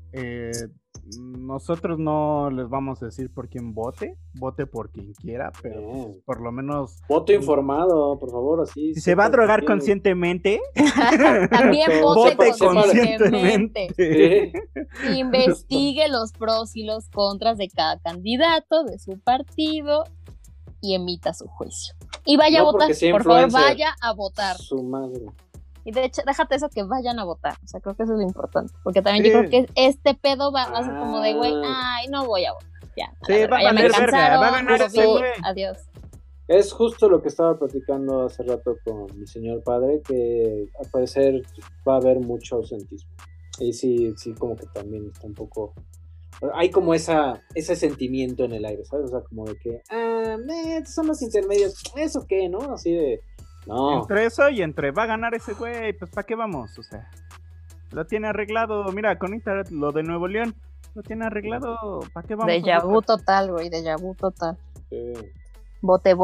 Nosotros no les vamos a decir por quién vote por quien quiera, pero por lo menos... Voto informado, por favor, así. Si se va a drogar conscientemente, también vote conscientemente. Sí. Investigue los pros y los contras de cada candidato, de su partido, y emita su juicio. Y vaya a votar, por favor, vaya a votar. Su madre. Y de hecho, déjate eso, que vayan a votar. O sea, creo que eso es lo importante. Porque también yo creo que este pedo va a ser como de, güey, ay, no voy a votar. Ya, va a valer verga, va a ganar ese güey. Adiós. Es justo lo que estaba platicando hace rato con mi señor padre, que al parecer va a haber mucho ausentismo. Y sí, como que también está un poco... Hay como ese sentimiento en el aire, ¿sabes? O sea, como de que, son los intermedios, ¿eso qué, no? Así de... No. Entre eso y va a ganar ese güey, pues ¿para qué vamos? O sea, lo tiene arreglado. Mira, con Internet, lo de Nuevo León, lo tiene arreglado. ¿Para qué vamos? Déjà vu total, güey, déjà vu total. Sí. Vote.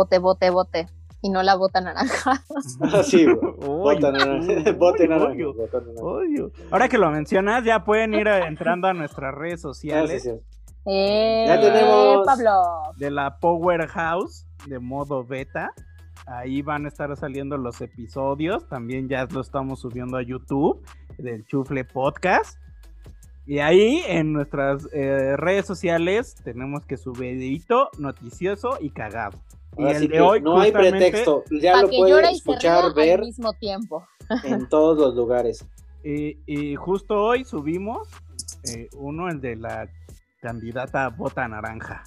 Y no la bota naranja. Sí, bota naranja. Bote naranja. Odio. Ahora que lo mencionas, ya pueden ir entrando a nuestras redes sociales. Sí. Ya tenemos Pablo. De la Powerhouse, de modo beta. Ahí van a estar saliendo los episodios. También ya lo estamos subiendo a YouTube del Chufle Podcast. Y ahí en nuestras redes sociales tenemos que su videito noticioso y cagado. Ahora y el sí de que hoy no hay pretexto, ya lo puede escuchar, ver al mismo tiempo. en todos los lugares. Y justo hoy subimos uno, el de la candidata Bota Naranja.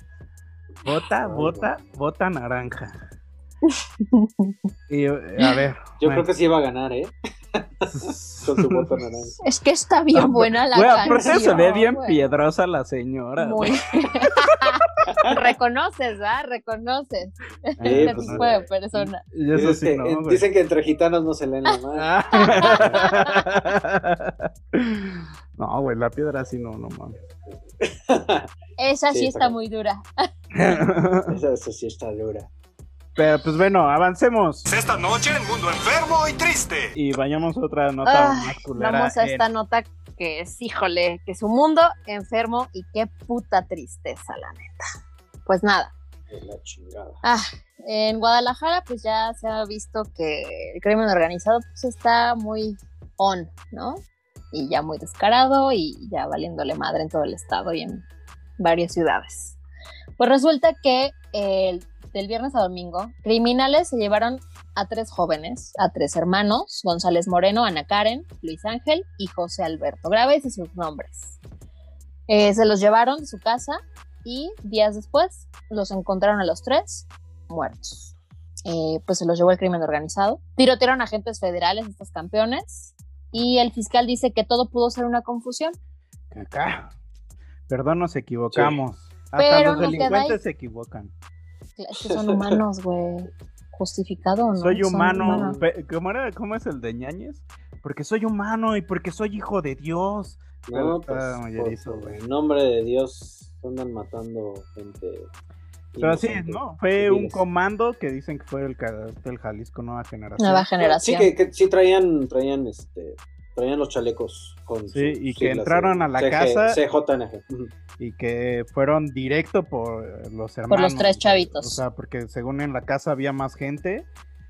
Bota Naranja. Y a ver. Yo creo que sí iba a ganar, con su bota naranja. Es que está bien buena la canción. Aparte se ve bien piedrosa la señora. Muy. Reconoces, ¿verdad? Reconoces. Sí, este pues, tipo de persona. Dicen que entre gitanos no se leen la mano. No, güey, la piedra sí no mames. Esa sí está muy dura. Esa sí está dura. Pero pues bueno, avancemos. Esta noche en Mundo Enfermo y Triste. Y vayamos a otra nota más culera. Vamos a esta nota que es, híjole, que su mundo enfermo y qué puta tristeza, la neta. Pues nada. La chingada. En Guadalajara pues ya se ha visto que el crimen organizado pues está muy on, ¿no? Y ya muy descarado y ya valiéndole madre en todo el estado y en varias ciudades. Pues resulta que del viernes a domingo, criminales se llevaron a 3 jóvenes, a 3 hermanos, González Moreno, Ana Karen, Luis Ángel y José Alberto. Grábense sus nombres. Se los llevaron de su casa y días después los encontraron a los 3 muertos. Pues se los llevó el crimen organizado. Tirotearon a agentes federales, estos campeones, y el fiscal dice que todo pudo ser una confusión. Perdón, nos equivocamos. Sí. Hasta pero los delincuentes se equivocan. Es que son humanos, güey. ¿Justificado o no? Soy humano. ¿Cómo es el de Ñañez? Porque soy humano y porque soy hijo de Dios. No, pues, en nombre de Dios andan matando gente. Pero así es, ¿no? Fue un comando que dicen que fue el cartel Jalisco Nueva Generación. Nueva Generación. Sí, que sí traían los chalecos con y que entraron a la casa CJNG. Y que fueron directo por los hermanos. Por los 3 chavitos. O sea, porque según en la casa había más gente,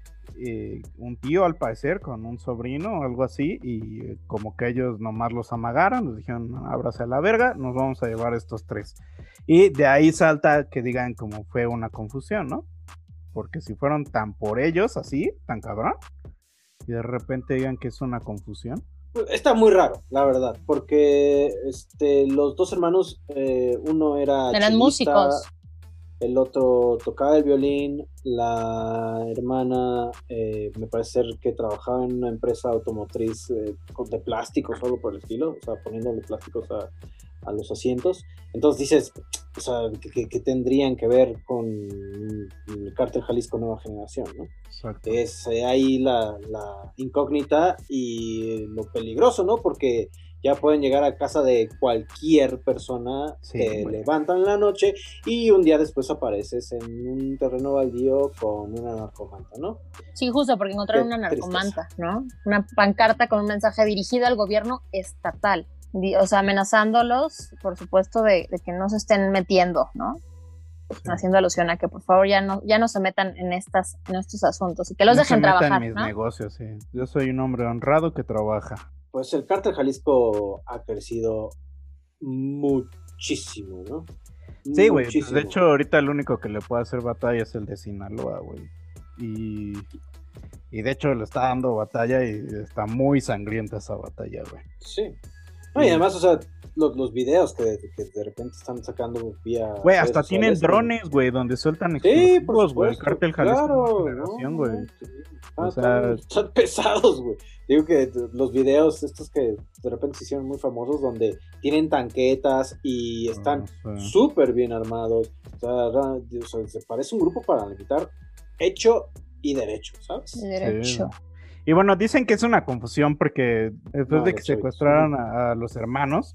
un tío al parecer con un sobrino o algo así, y como que ellos nomás los amagaron, les dijeron, ábrase a la verga, nos vamos a llevar estos 3. Y de ahí salta que digan como fue una confusión, ¿no? Porque si fueron tan por ellos, así, tan cabrón, y de repente digan que es una confusión. Está muy raro, la verdad, porque los 2 hermanos, uno eran chelista, músicos, el otro tocaba el violín, la hermana me parece ser que trabajaba en una empresa automotriz de plásticos o algo por el estilo, o sea, poniéndole plásticos a los asientos. Entonces dices, o sea, que tendrían que ver con el cártel Jalisco Nueva Generación, ¿no? Exacto. Es ahí la incógnita y lo peligroso, ¿no? Porque ya pueden llegar a casa de cualquier persona, te levantan en la noche y un día después apareces en un terreno baldío con una narcomanta, ¿no? Sí, justo, porque encontraron una narcomanta, ¿no? Una pancarta con un mensaje dirigido al gobierno estatal, o sea, amenazándolos, por supuesto, de que no se estén metiendo, ¿no? Sí. Haciendo alusión a que por favor ya no se metan en estos asuntos y que los dejen trabajar, en mis ¿no? negocios, sí. Yo soy un hombre honrado que trabaja. Pues el cártel Jalisco ha crecido muchísimo, ¿no? Sí, güey. Pues de hecho, ahorita el único que le puede hacer batalla es el de Sinaloa, güey. Y de hecho le está dando batalla y está muy sangrienta esa batalla, güey. Sí. No, y además, o sea, los videos que de repente están sacando vía... Güey, hasta tienen drones, güey, donde sueltan explosivos, güey. El cártel Jalisco Generación, güey. O sea, están pesados, güey. Digo que los videos estos que de repente se hicieron muy famosos, donde tienen tanquetas y están súper bien armados. O sea, se parece un grupo paramilitar hecho y derecho, ¿sabes? Derecho. Sí. Y bueno, dicen que es una confusión porque después de que secuestraron a los hermanos,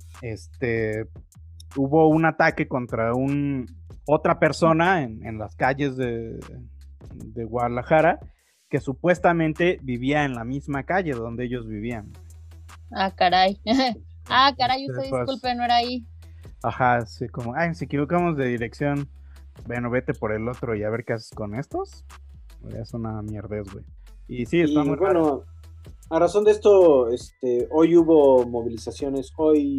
hubo un ataque contra otra persona en las calles de Guadalajara, que supuestamente vivía en la misma calle donde ellos vivían. Ah, caray. Usted disculpe, no era ahí. Ajá, sí, como, si equivocamos de dirección, bueno, vete por el otro y a ver qué haces con estos. Es una mierdez, güey. Y sí, está muy bueno, raro. A razón de esto, hoy hubo movilizaciones,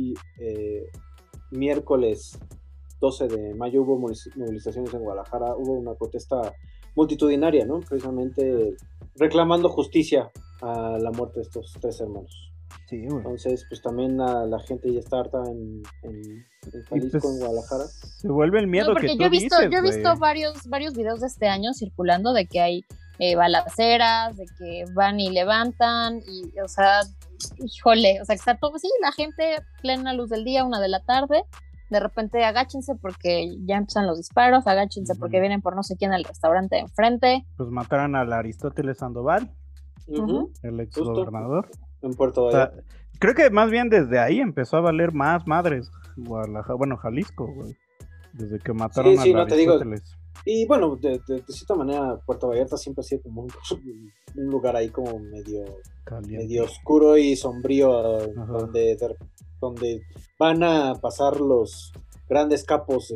miércoles 12 de mayo hubo movilizaciones en Guadalajara, hubo una protesta multitudinaria, ¿no? Precisamente reclamando justicia a la muerte de estos 3 hermanos. Sí, güey. Entonces, pues también la gente ya está harta en Jalisco, pues, en Guadalajara. Se vuelve el miedo que tú yo he visto dices, varios videos de este año circulando de que hay balaceras, de que van y levantan, y, o sea, híjole, o sea, que está todo así, la gente, plena luz del día, 1 de la tarde, de repente agáchense porque ya empiezan los disparos, agáchense porque vienen por no sé quién al restaurante de enfrente. Pues mataron al Aristóteles Sandoval, el ex gobernador. En Puerto Vallarta. O sea, creo que más bien desde ahí empezó a valer más madres Jalisco, güey. Desde que mataron al Aristóteles. Y bueno, de cierta manera, Puerto Vallarta siempre ha sido como un lugar ahí como medio oscuro y sombrío, donde van a pasar los grandes capos,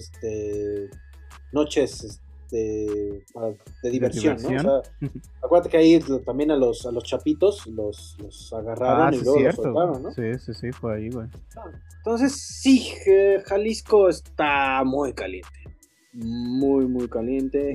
noches de diversión, ¿no? O sea, acuérdate que ahí también a los chapitos los agarraron y luego los soltaron, ¿no? Sí, fue ahí, güey. Entonces, sí, Jalisco está muy caliente. Muy, muy caliente.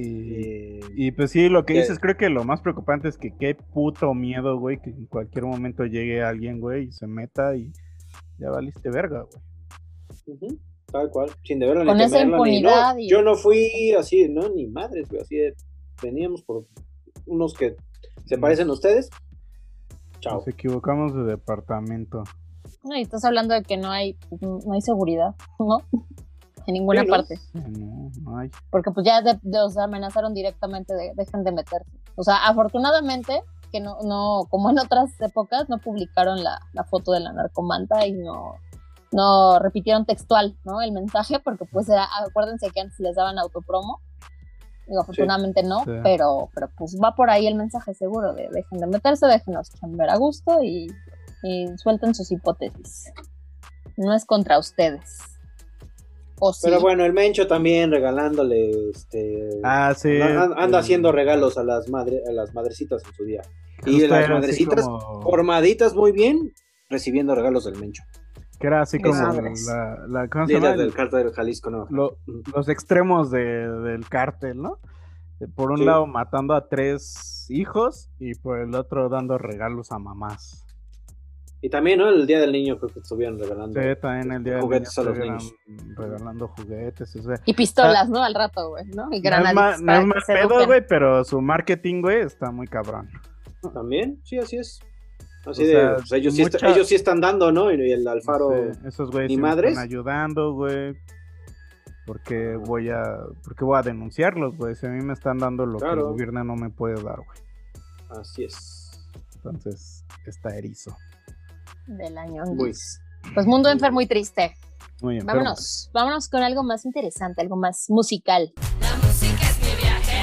Y pues sí, lo que dices, creo que lo más preocupante es que qué puto miedo, güey, que en cualquier momento llegue alguien, güey, y se meta y ya valiste verga, güey. Tal cual, sin deberla con ni esa impunidad. Yo no fui así, no, ni madres, güey, así veníamos por unos que se parecen a ustedes. Chao. Nos equivocamos de departamento. No, y estás hablando de que no hay seguridad, ¿no? En ninguna parte. No hay. Porque pues ya os amenazaron directamente de dejen de meterse. O sea, afortunadamente que no como en otras épocas no publicaron la foto de la narcomanta y no repitieron textual, ¿no? El mensaje, porque pues acuérdense que antes les daban autopromo. Digo, afortunadamente no, sí. pero pues va por ahí el mensaje seguro de dejen de meterse, déjenos chambear a gusto y suelten sus hipótesis. No es contra ustedes. ¿O sí? Pero bueno, el Mencho también regalándole, sí. Anda haciendo regalos a las madrecitas en su día. Y las madrecitas formaditas muy bien, recibiendo regalos del Mencho. Que era así como ¿cómo se llama? Del cártel del Jalisco, ¿no? Los extremos del cártel, ¿no? Por un lado matando a 3 hijos y por el otro dando regalos a mamás. Y también, ¿no? El Día del Niño creo que estuvieron regalando. Sí, también el Día del juguetes Niño a los niños. Regalando juguetes. O sea, y pistolas, ¿no? Al rato, güey, ¿no? Y granaditas. No es más pedo, güey, pero su marketing, güey, está muy cabrón. También, sí, así es. Así pues ellos sí están dando, ¿no? Y el Alfaro, esos güeyes ni madres están ayudando, güey. Porque voy a denunciarlos, güey. Si a mí me están dando lo que el gobierno no me puede dar, güey. Así es. Entonces, está erizo. Del año. Pues mundo enfermo y triste. Muy enfermo. Vámonos con algo más interesante, algo más musical. La música es mi viaje.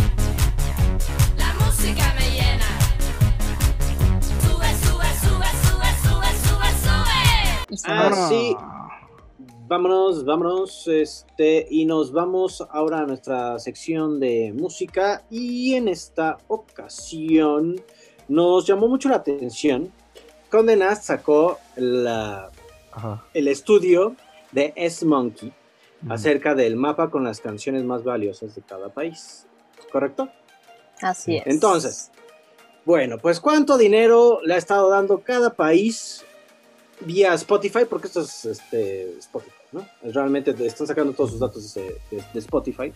La música me llena. Sube, sube, sube, sube, sube, sube, sube. Sí. Vámonos, y nos vamos ahora a nuestra sección de música, y en esta ocasión nos llamó mucho la atención. Condé Nast sacó el estudio de S-Monkey acerca del mapa con las canciones más valiosas de cada país, ¿correcto? Así es. Entonces, bueno, pues ¿cuánto dinero le ha estado dando cada país vía Spotify? Porque esto es Spotify, ¿no? Realmente están sacando todos sus datos de Spotify.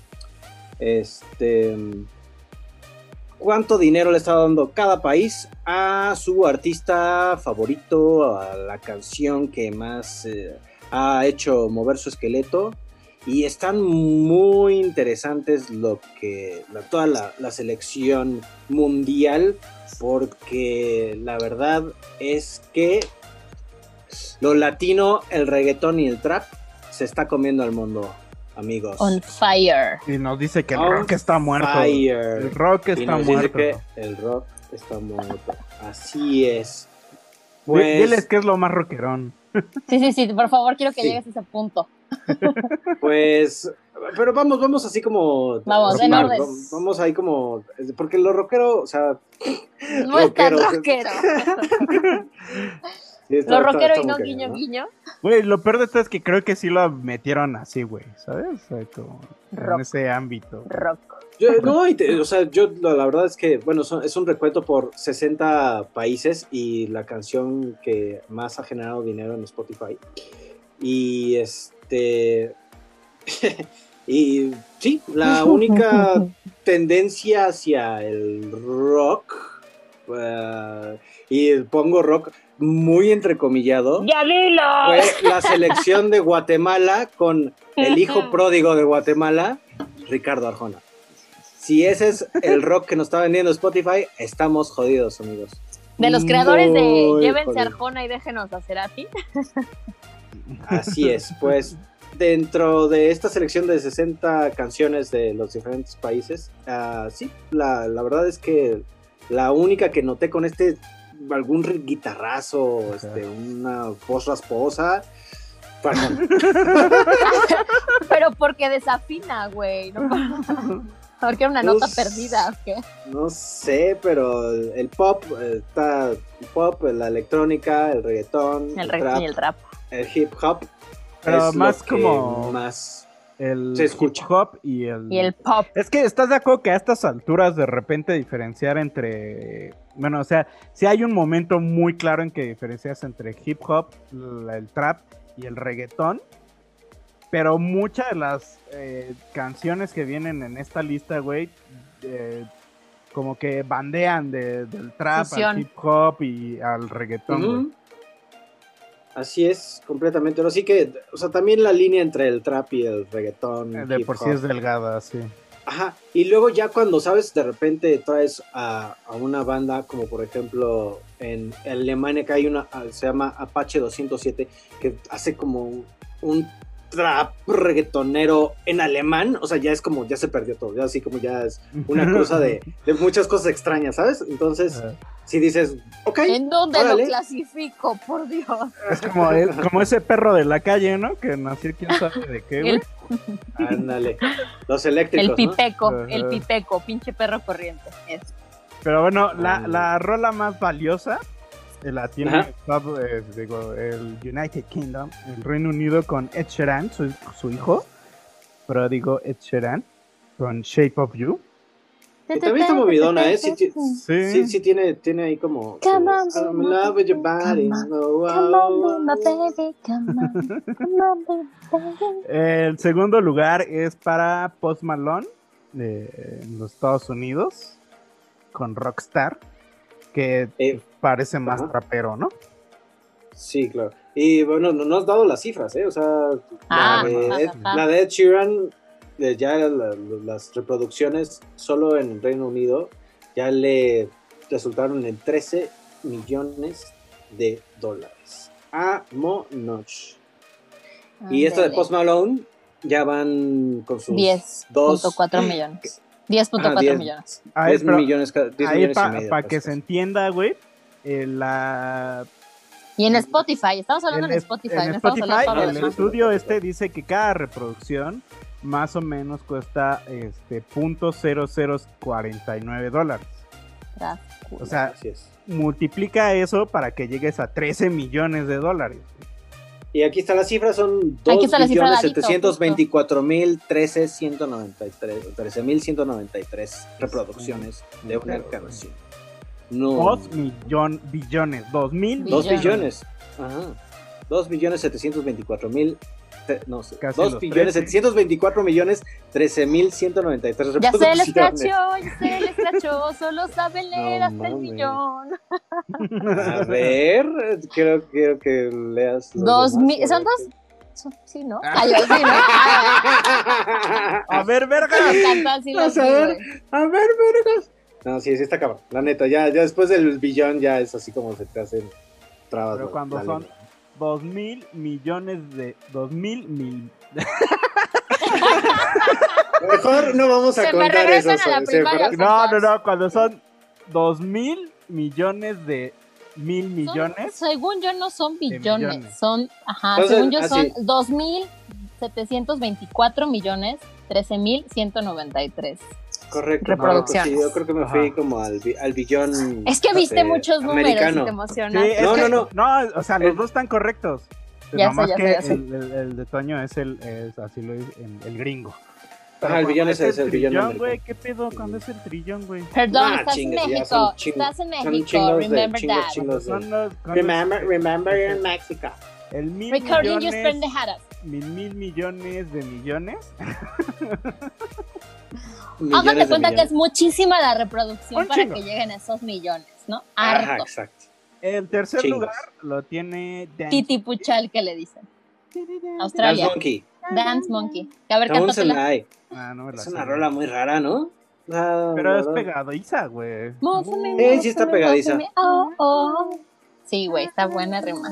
¿Cuánto dinero le está dando cada país a su artista favorito, a la canción que más ha hecho mover su esqueleto? Y están muy interesantes toda la selección mundial, porque la verdad es que lo latino, el reggaetón y el trap se está comiendo al mundo, amigos. On fire. Y nos dice que el rock está muerto. El rock está muerto. Dice que el rock está muerto. Así es. Pues, diles que es lo más rockerón. Sí, por favor, quiero que llegues a ese punto. Pues, pero vamos así como... Vamos, en orden. Vamos ahí como... Porque lo rockero, o sea... No es tan rockero. Sí, Lo rockero y no muy guiño, ¿no? guiño. Güey, lo peor de todo es que creo que sí lo metieron así, güey, ¿sabes? O sea, como Rock. en ese ámbito. Rock. Yo la verdad es que, bueno, es un recuento por 60 países y la canción que más ha generado dinero en Spotify. Y y sí, la única tendencia hacia el rock, y pongo rock muy entrecomillado, ¡Ya dilo! fue la selección de Guatemala con el hijo pródigo de Guatemala, Ricardo Arjona. Si ese es el rock que nos está vendiendo Spotify, estamos jodidos, amigos. De los creadores de Muy Llévense jodidos. Arjona y déjenos a Cerati. Así es, pues dentro de esta selección de 60 canciones de los diferentes países, sí, la verdad es que la única que noté con algún guitarrazo, una voz rasposa, perdón. Pero porque desafina, güey. No, porque era una nota perdida, ¿o qué? No sé, pero el pop, está el pop, la electrónica, el reggaetón, El reggaetón y el trap. el hip hop. Pero es más lo que como más el se escucha. hip hop y el... Y el pop. Es que estás de acuerdo que a estas alturas de repente diferenciar entre... Bueno, o sea, sí hay un momento muy claro en que diferencias entre hip hop, el trap y el reggaetón, pero muchas de las canciones que vienen en esta lista, güey, como que bandean del trap Fusión. al hip hop y al reggaetón, güey. Ujú. Así es, completamente. Pero sí que, o sea, también la línea entre el trap y el reggaetón. De hip por sí hop. es delgada, sí. Ajá, y luego ya cuando, ¿sabes? De repente traes a una banda como por ejemplo en Alemania que hay una, se llama Apache 207, que hace como un trap reggaetonero en alemán, o sea, ya es como, ya se perdió todo, ya así como ya es una cosa de muchas cosas extrañas, ¿sabes? Entonces, si dices, ok, ¿En dónde órale. lo clasifico? Por Dios. Es como ese perro de la calle, ¿no? Que nació quién sabe de qué, güey. Ándale, los eléctricos, El pipeco, ¿no? el pipeco, pinche perro corriente. Eso. Pero bueno, la rola más valiosa la tiene Ajá. el United Kingdom, el Reino Unido, con Ed Sheeran, su hijo, pero digo Ed Sheeran, con Shape of You. Y también está movidona, ¿eh? Sí, tiene ahí como... Come on, I'm in love with your body. Oh, Come on, oh, be my baby, come on. Come on, be my baby. El segundo lugar es para Post Malone, en los Estados Unidos, con Rockstar, que parece más trapero, ¿no? Sí, claro. Y bueno, no has dado las cifras, ¿eh? O sea, la de Ed Sheeran, ya las reproducciones solo en el Reino Unido ya le resultaron en $13 millones. ¡Vámonos! Y esta de Post Malone ya van con sus 10.4 millones. 10.4 millones. 10 millones cada 10 ahí millones y medio. Para que se entienda, güey, Y en Spotify, estamos hablando en Spotify. En no estamos Spotify, hablando el de estudio dice que cada reproducción más o menos cuesta $0.0049. O sea, multiplica eso para que llegues a $13 millones. Y aquí está la cifra, son Aquí está la cifra, 2.724.013.193 reproducciones de una canción. No. 2 billones. 2 billones. Ajá. 2.724.000. No sé. 2.724.013.193 Ya se le reproducciones. escrachó, solo saben leer hasta el millón. A ver, quiero que leas. ¿Son dos? Sí, ¿no? Ay, yo sí, ¿no? A ver, vergas. Me encantó así los a ver, vergas. No, sí está cabrón. La neta, ya después del billón ya es así como se te hacen trabas. Pero cuando son lengua. 2.000 millones de... 2.000 mil... Mejor no vamos a contar esas cifras. No, cuando son 2.000 millones de 1.000 millones. Según yo no son billones, millones. son, Entonces, según yo son así. 724,13,193. Correcto. Reproducciones. Sí, yo creo que me fui como al billón. Es que viste muchos números americano. y te emocionaste. Sí, no, o sea, los dos están correctos. Ya Nomás sé, que ya sé. el de Toño es así lo dice, el gringo. Ajá, el billón ese es el billón trillón, americano. güey, ¿qué pedo cuando es el trillón, güey? Perdón, Ah, estás chingues, en ya México. son Estás en son México. chingos de- Remember chingos, that. chingos de- Son los- Remember you're in Mexico. El mil Recording your millones, pendejadas. mil millones de millones. Hágate Millones de cuenta que millones. es muchísima la reproducción Un para chingo. que lleguen esos millones, ¿no? Ajá, Harto. exacto. El tercer Chingos. lugar lo tiene Dan. Titi Puchal, que le dicen. Dance Australia. Monkey. Dance Monkey. Que a ver, Aún se cántatela. la hay. Ah, no me la Es sé. una rola muy rara, ¿no? Ah, Pero la es verdad. pegadiza, güey. Móveme, Sí está móveme, pegadiza. móveme, oh, oh. Sí, güey, está buena rima.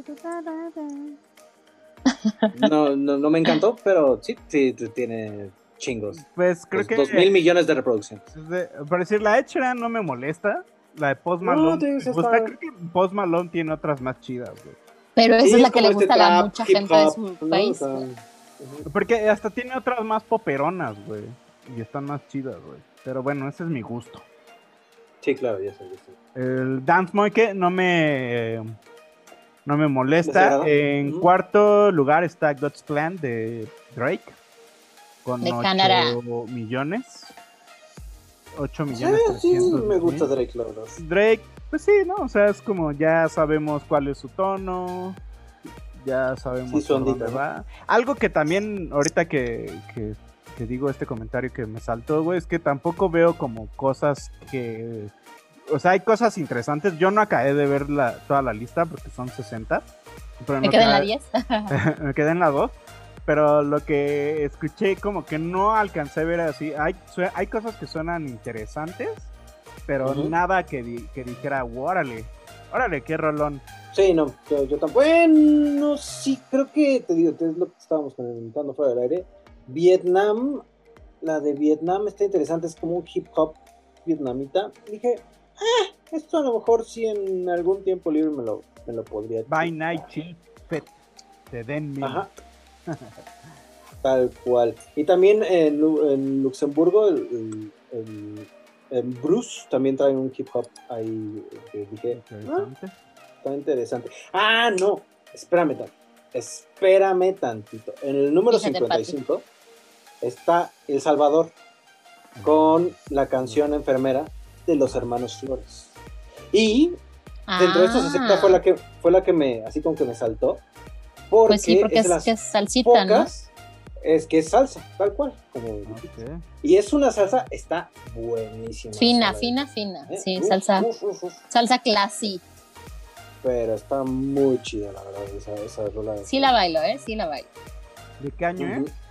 No me encantó, pero sí tiene chingos. Pues creo Los que 2,000 millones de reproducciones. por decir, la Ed Sheeran no me molesta. La de Post No, Malone te me gusta gusta. estar- Creo que Post Malone tiene otras más chidas, güey. Pero esa Sí, es la es que como le gusta a la trap, mucha hip gente de hop, su ¿no? país. O sea, Porque hasta tiene otras más poperonas, güey. Y están más chidas, güey. Pero bueno, ese es mi gusto. sí, claro, ya sé. El Dance Monkey no me molesta. ¿Desagrada? En cuarto lugar está God's Plan de Drake. Con De 8 Canadá. millones. 8 millones. Sí, 300 me gusta mil. Drake, la verdad. Drake, pues sí, ¿no? O sea, es como ya sabemos cuál es su tono. Ya sabemos Sí, su por dónde ondita, ¿no? va. Algo que también, ahorita que digo este comentario que me saltó, güey, es que tampoco veo como cosas que... O sea, hay cosas interesantes. Yo no acabé de ver toda la lista porque son 60. Pero Me no quedé en la acabé- 10. me quedé en la 2. Pero lo que escuché como que no alcancé a ver así. Hay cosas que suenan interesantes, pero Ujú. nada que dijera, órale, qué rolón. Sí, no, yo tampoco. Bueno, sí, creo que te digo, es lo que estábamos comentando fuera del aire. Vietnam, la de Vietnam está interesante, es como un hip hop vietnamita. Dije, esto a lo mejor sí en algún tiempo libre me lo podría. By Night Chill Fet de Denmi. Ajá. Tal cual. Y también en Luxemburgo, en Bruce también traen un hip hop ahí que dije, Interesante. está interesante. Ah, no, espérame tantito. En el número Fíjate, 55 está El Salvador con la canción Enfermera de los Hermanos Flores. Y dentro de estos 60 fue la que me, así como que me saltó. Porque Pues sí, porque es de las que es salsita, pocas, es que es salsa, tal cual. Como dijiste. Ok. Y es una salsa, está buenísima. Fina, esa, fina, fina. ¿eh? Sí, Uf, salsa. uf. Salsa classy. Pero está muy chida, la verdad, esa rola. Sí la bailo, sí la bailo. ¿De qué año Ujú. es?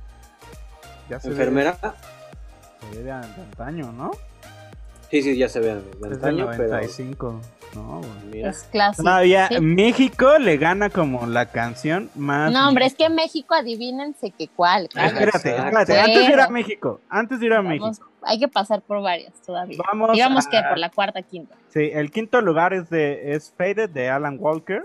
Ya se Enfermera. ve de antaño, ¿no? Sí, ya se ve de Es del antaño, pero 95. No, güey. mira. Es classy. Todavía Sí. México le gana como la canción más... No, hombre, es que México, adivínense que cuál. Espérate, Exacto. antes de ir a Pero- México. Antes de ir a Vamos, México. hay que pasar por varias todavía. Vamos Digamos a- que por la cuarta, quinta. Sí, el quinto lugar es Faded de Alan Walker.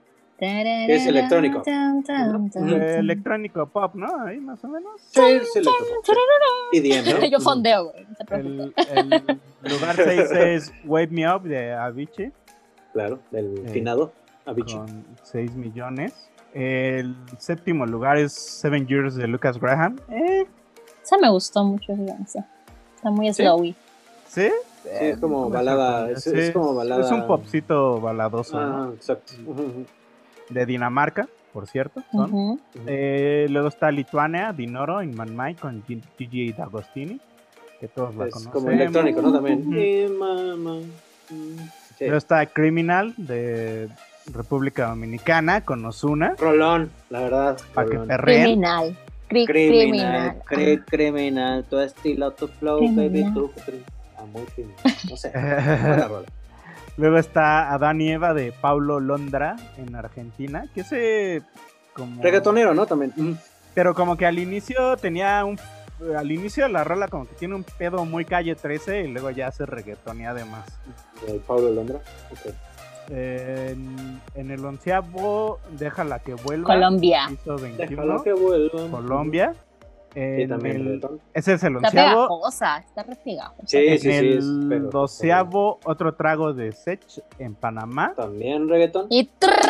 Es electrónico. Electrónico pop, ¿no? Ahí más o menos. Sí, es electropop. Y bien, ¿no? Yo fondeo, güey. No se preocupe. El lugar 6 es Wake Me Up de Avicii. Claro, del finado Avicii. Con 6 millones. El séptimo lugar es 7 Years de Lucas Graham. Esa me gustó mucho, fíjense. Está muy slowy. ¿Sí? Sí, es como balada. Es como balada. Es un popcito baladoso, ¿no? Ah, exacto. Ujú. De Dinamarca, por cierto. Son. Ujú. Luego está Lituania, Dinoro, In Man Mai con Gigi D'Agostini, que todos la Es conocen. como electrónico, ¿no? También. Ujú. Sí. Luego está Criminal de República Dominicana con Ozuna, Rolón, la verdad. para que rolón. perreen. Criminal. Criminal, Criminal. criminal, tu estilo, tu flow, Criminal. baby, tu muy criminal. No sé. Buena rola. Luego está Adán y Eva de Paulo Londra en Argentina, que ese como... Reggaetonero, ¿no? También. Pero como que al inicio tenía un al inicio de la rola como que tiene un pedo muy Calle 13 y luego ya se reggaetonea además. ¿El Pablo Londra? Ok. En el 11º, Déjala que vuelva. Colombia. Hizo 21. Déjala que vuelva. Colombia. Y también ese es el Está 11º. pegajosa, está re pegajosa. Sí, En sí, sí. el 12º, Otro trago de Sech en Panamá. También reggaetón. Y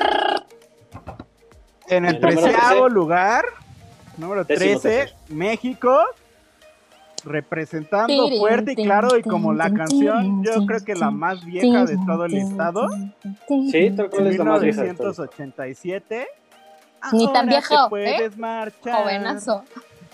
En el El número 13º lugar, número 13, 13. México. Representando fuerte y claro, y como la canción, yo creo que la más vieja de todo el estado. Sí, tal cual es la más vieja. 1987. Ni tan Ahora viejo, te puedes marchar. Jovenazo.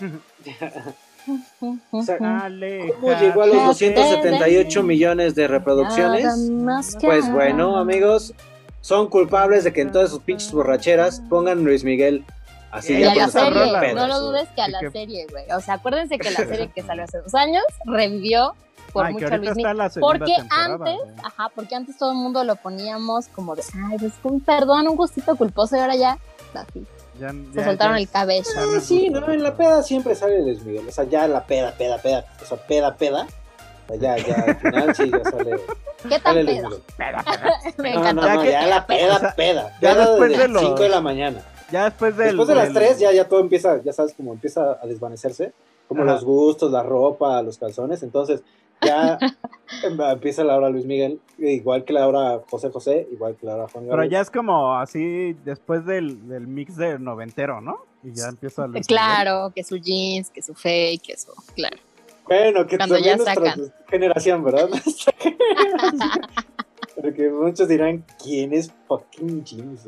O sea, Alejate. ¿cómo llegó a los 278 millones de reproducciones? Pues bueno, amigos, son culpables de que en todas sus pinches borracheras pongan Luis Miguel. Así Y ya a la cuando están serie, pedos. no lo dudes que a la serie, güey. O sea, acuérdense que la serie que salió hace 2 años revivió por Ay, que mucho a ahorita Luis está Miguel. la segunda Porque temporada, antes, güey. porque antes todo el mundo lo poníamos como de, ay, pues un perdón, un gustito culposo, y ahora ya, así, se soltaron el cabello. Ah, sí, no, en la peda siempre sale Luis Miguel. O sea, ya la peda. O sea, peda. O sea, ya al final sí ya sale. ¿Qué sale tal Luis peda? Miguel. Me No, encantó. no, ya la peda. O sea, Peda ya después desde de los 5 de la mañana. Ya después de las 3 ya todo empieza, ya sabes, como empieza a desvanecerse, como Ajá. los gustos, la ropa, los calzones, entonces ya empieza la hora Luis Miguel, igual que la hora José, igual que la hora Juan Pero Gabriel. ya es como así después del mix de noventero, ¿no? Y ya empieza Luis Claro, que su jeans, que su fake, que su, claro. Bueno, que Cuando también ya nuestra sacan. generación, ¿verdad? Nuestra generación. Porque muchos dirán, ¿quién es fucking Jeans?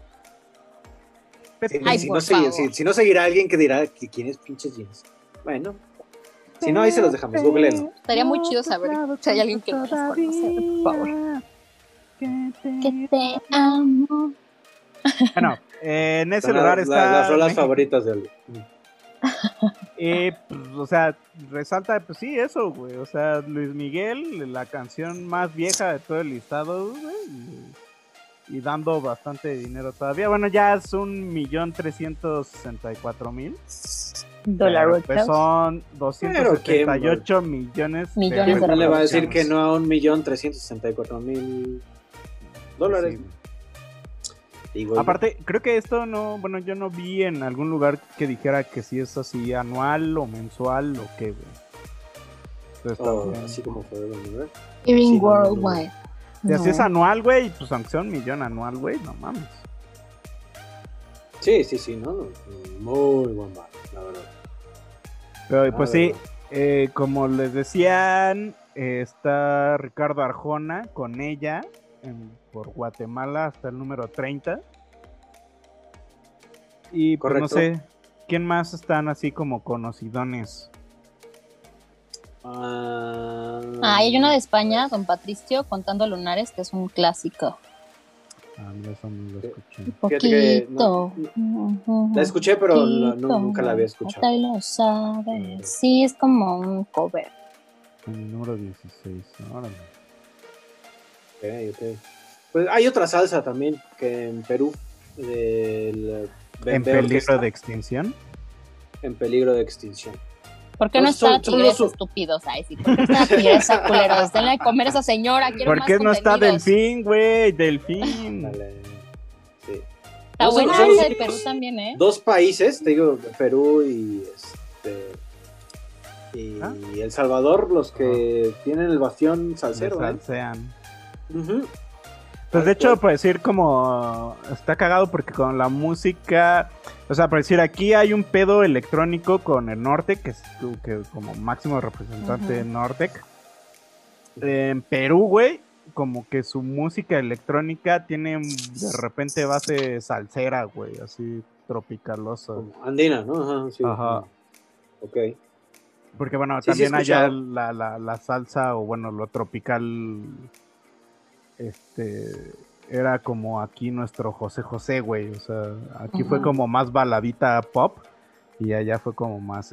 Ay, Si por no, favor. si no seguirá alguien que dirá que quién es pinches Jeans. Bueno, si no, ahí se los dejamos, googleenlo. Estaría muy chido saber si hay alguien que nos conoce, por favor. Que te amo. Bueno, en ese Son lugar está las rolas México. favoritas de él. Y, pues, o sea, resalta, pues sí, eso, güey. O sea, Luis Miguel, la canción más vieja de todo el listado, güey. Y dando bastante dinero todavía. Bueno, ya es 1.364.000 Dólares. pues son 278 millones de ¿Quién le va a decir reproducciones. que no a $1.364.000? Sí. Digo, Aparte, creo que esto no, bueno, yo no vi en algún lugar que dijera que si es así anual o mensual o qué, güey. Entonces, también- así como fue, ¿no? Hearing Sí, no, Worldwide. Si así es No. anual, güey, pues aunque sea 1 millón anual, güey, no mames. Sí, ¿no? Muy buen bar, la verdad. Pero pues sí, verdad. como les decían, está Ricardo Arjona con ella por Guatemala hasta el número 30. Y pues no Correcto. sé, ¿quién más están así como conocidones? Hay uno de España, Don Patricio, Contando Lunares, que es un clásico. Ah, mira, eso no lo escuché. Fíjate que Poquito. La escuché, pero Poquito. nunca la había escuchado. Hasta ahí lo sabes. Sí, es como un cover. En el número 16, órale. Ok. Pues hay otra salsa también que en Perú. Del En Bembe peligro Orquesta, de extinción. en peligro de extinción. ¿Por qué no Son- está son Tigresa, los- estúpidos? Ay, sí, ¿por qué está Tigresa, culeros? Denle de comer a esa señora, quiero ¿Por más qué no está contenidos. Delfín, güey? Delfín. Dale. Sí. Está No, buena son esa los de Perú únicos también, ¿eh? Dos países, te digo, Perú y ¿Ah? El Salvador, los que tienen el bastión salsero. Se ¿eh? salsean. Ujú. Pues de Tal hecho, cual. por decir como está cagado porque con la música, o sea, por decir aquí hay un pedo electrónico con el Nortec, que es que como máximo representante de Nortec. En Perú, güey, como que su música electrónica tiene de repente base salsera, güey, así tropicalosa. Andina, ¿no? Ajá, sí. Ajá. Ok. Porque bueno, Sí, sí he también allá escuchado. la salsa o bueno, lo tropical era como aquí nuestro José José, güey, o sea, aquí fue Ujú. como más baladita pop y allá fue como más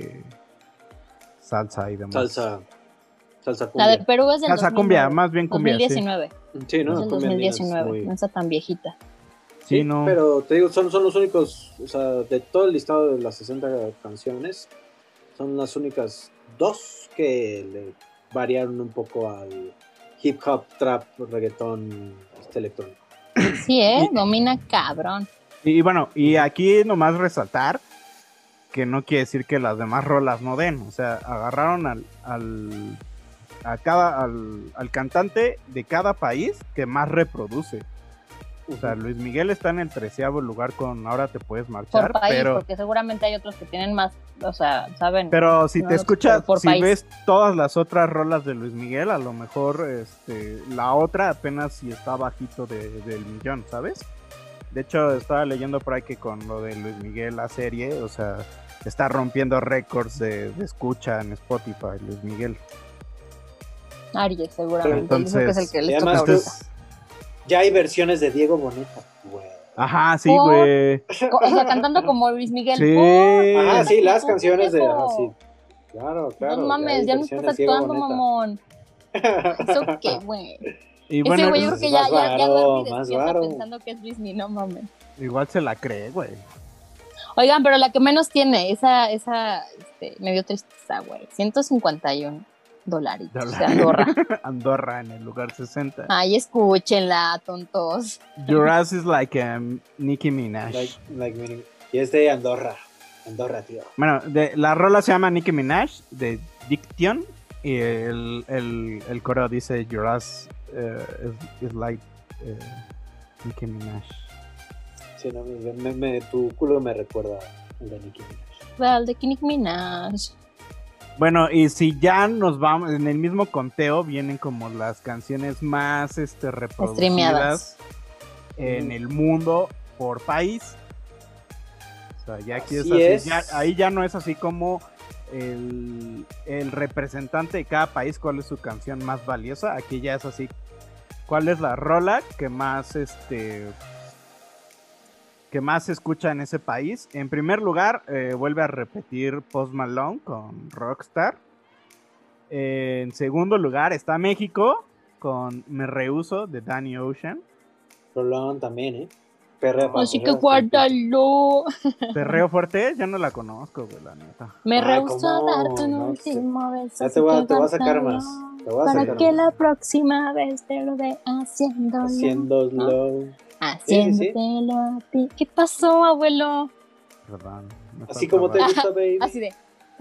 salsa y demás. Salsa La cumbia. de Perú es del Salsa 2009, cumbia, más bien cumbia, sí. 2019. Sí, ¿no? Es del Cumbia andina es 2019, muy- no está tan viejita. Sí, no. Pero te digo, son los únicos, o sea, de todo el listado de las 60 canciones, Son las únicas dos que le variaron un poco al hip hop, trap, reggaetón, electrónico. Sí, domina cabrón. Y bueno, y aquí nomás resaltar que no quiere decir que las demás rolas no den. O sea, agarraron al cantante de cada país que más reproduce. O sea, Luis Miguel está en el 13º lugar con Ahora te puedes marchar. Por país, pero, porque seguramente hay otros que tienen más, o sea, ¿saben? Pero si te escuchas, si país. ves todas las otras rolas de Luis Miguel, a lo mejor la otra apenas si está bajito del millón, ¿sabes? De hecho, estaba leyendo por ahí que con lo de Luis Miguel, la serie, o sea, está rompiendo récords de escucha en Spotify, Luis Miguel. Aries, seguramente. Entonces, dice que es el que les además, toca ahorita. Ya hay versiones de Diego Boneta, güey. Ajá, sí, güey. O sea, cantando como Luis Miguel. Sí. Ajá, sí, las canciones de... Ah, sí. Claro. No mames, ya no estás actuando, mamón. ¿Eso qué, güey? Y Ese bueno, güey yo creo que ya duerme más despierta varo. pensando que es Luis Miguel, no mames. igual se la cree, güey. Oigan, pero la que menos tiene, esa me dio tristeza, güey. $151. O sea, Andorra. Andorra en el lugar 60. Ay, escúchenla, tontos. Your ass is like Nicki Minaj. Y es de Andorra, tío. Bueno, la rola se llama Nicki Minaj, de Diction, y el coro dice Your ass is like Nicki Minaj. Sí, no, tu culo me recuerda al de Nicki Minaj. Well, de Nicki Minaj. Bueno, y si ya nos vamos, en el mismo conteo vienen como las canciones más reproducidas en el mundo por país. O sea, ya aquí es así, ahí ya no es así como el representante de cada país, cuál es su canción más valiosa. Aquí ya es así, cuál es la rola que más se escucha en ese país. En primer lugar, vuelve a repetir Post Malone con Rockstar. En segundo lugar está México con Me Rehuso de Danny Ocean. Rolón también, Así que guárdalo. Perreo Fuerte, yo no la conozco, güey, la neta. Me rehuso a darte un último beso. Ya te voy a sacar más. Para que la próxima vez te lo vea haciéndolo. Haciéndotelo a ti. ¿Qué pasó, abuelo? Perdón. Así como te gusta, baby. Así de.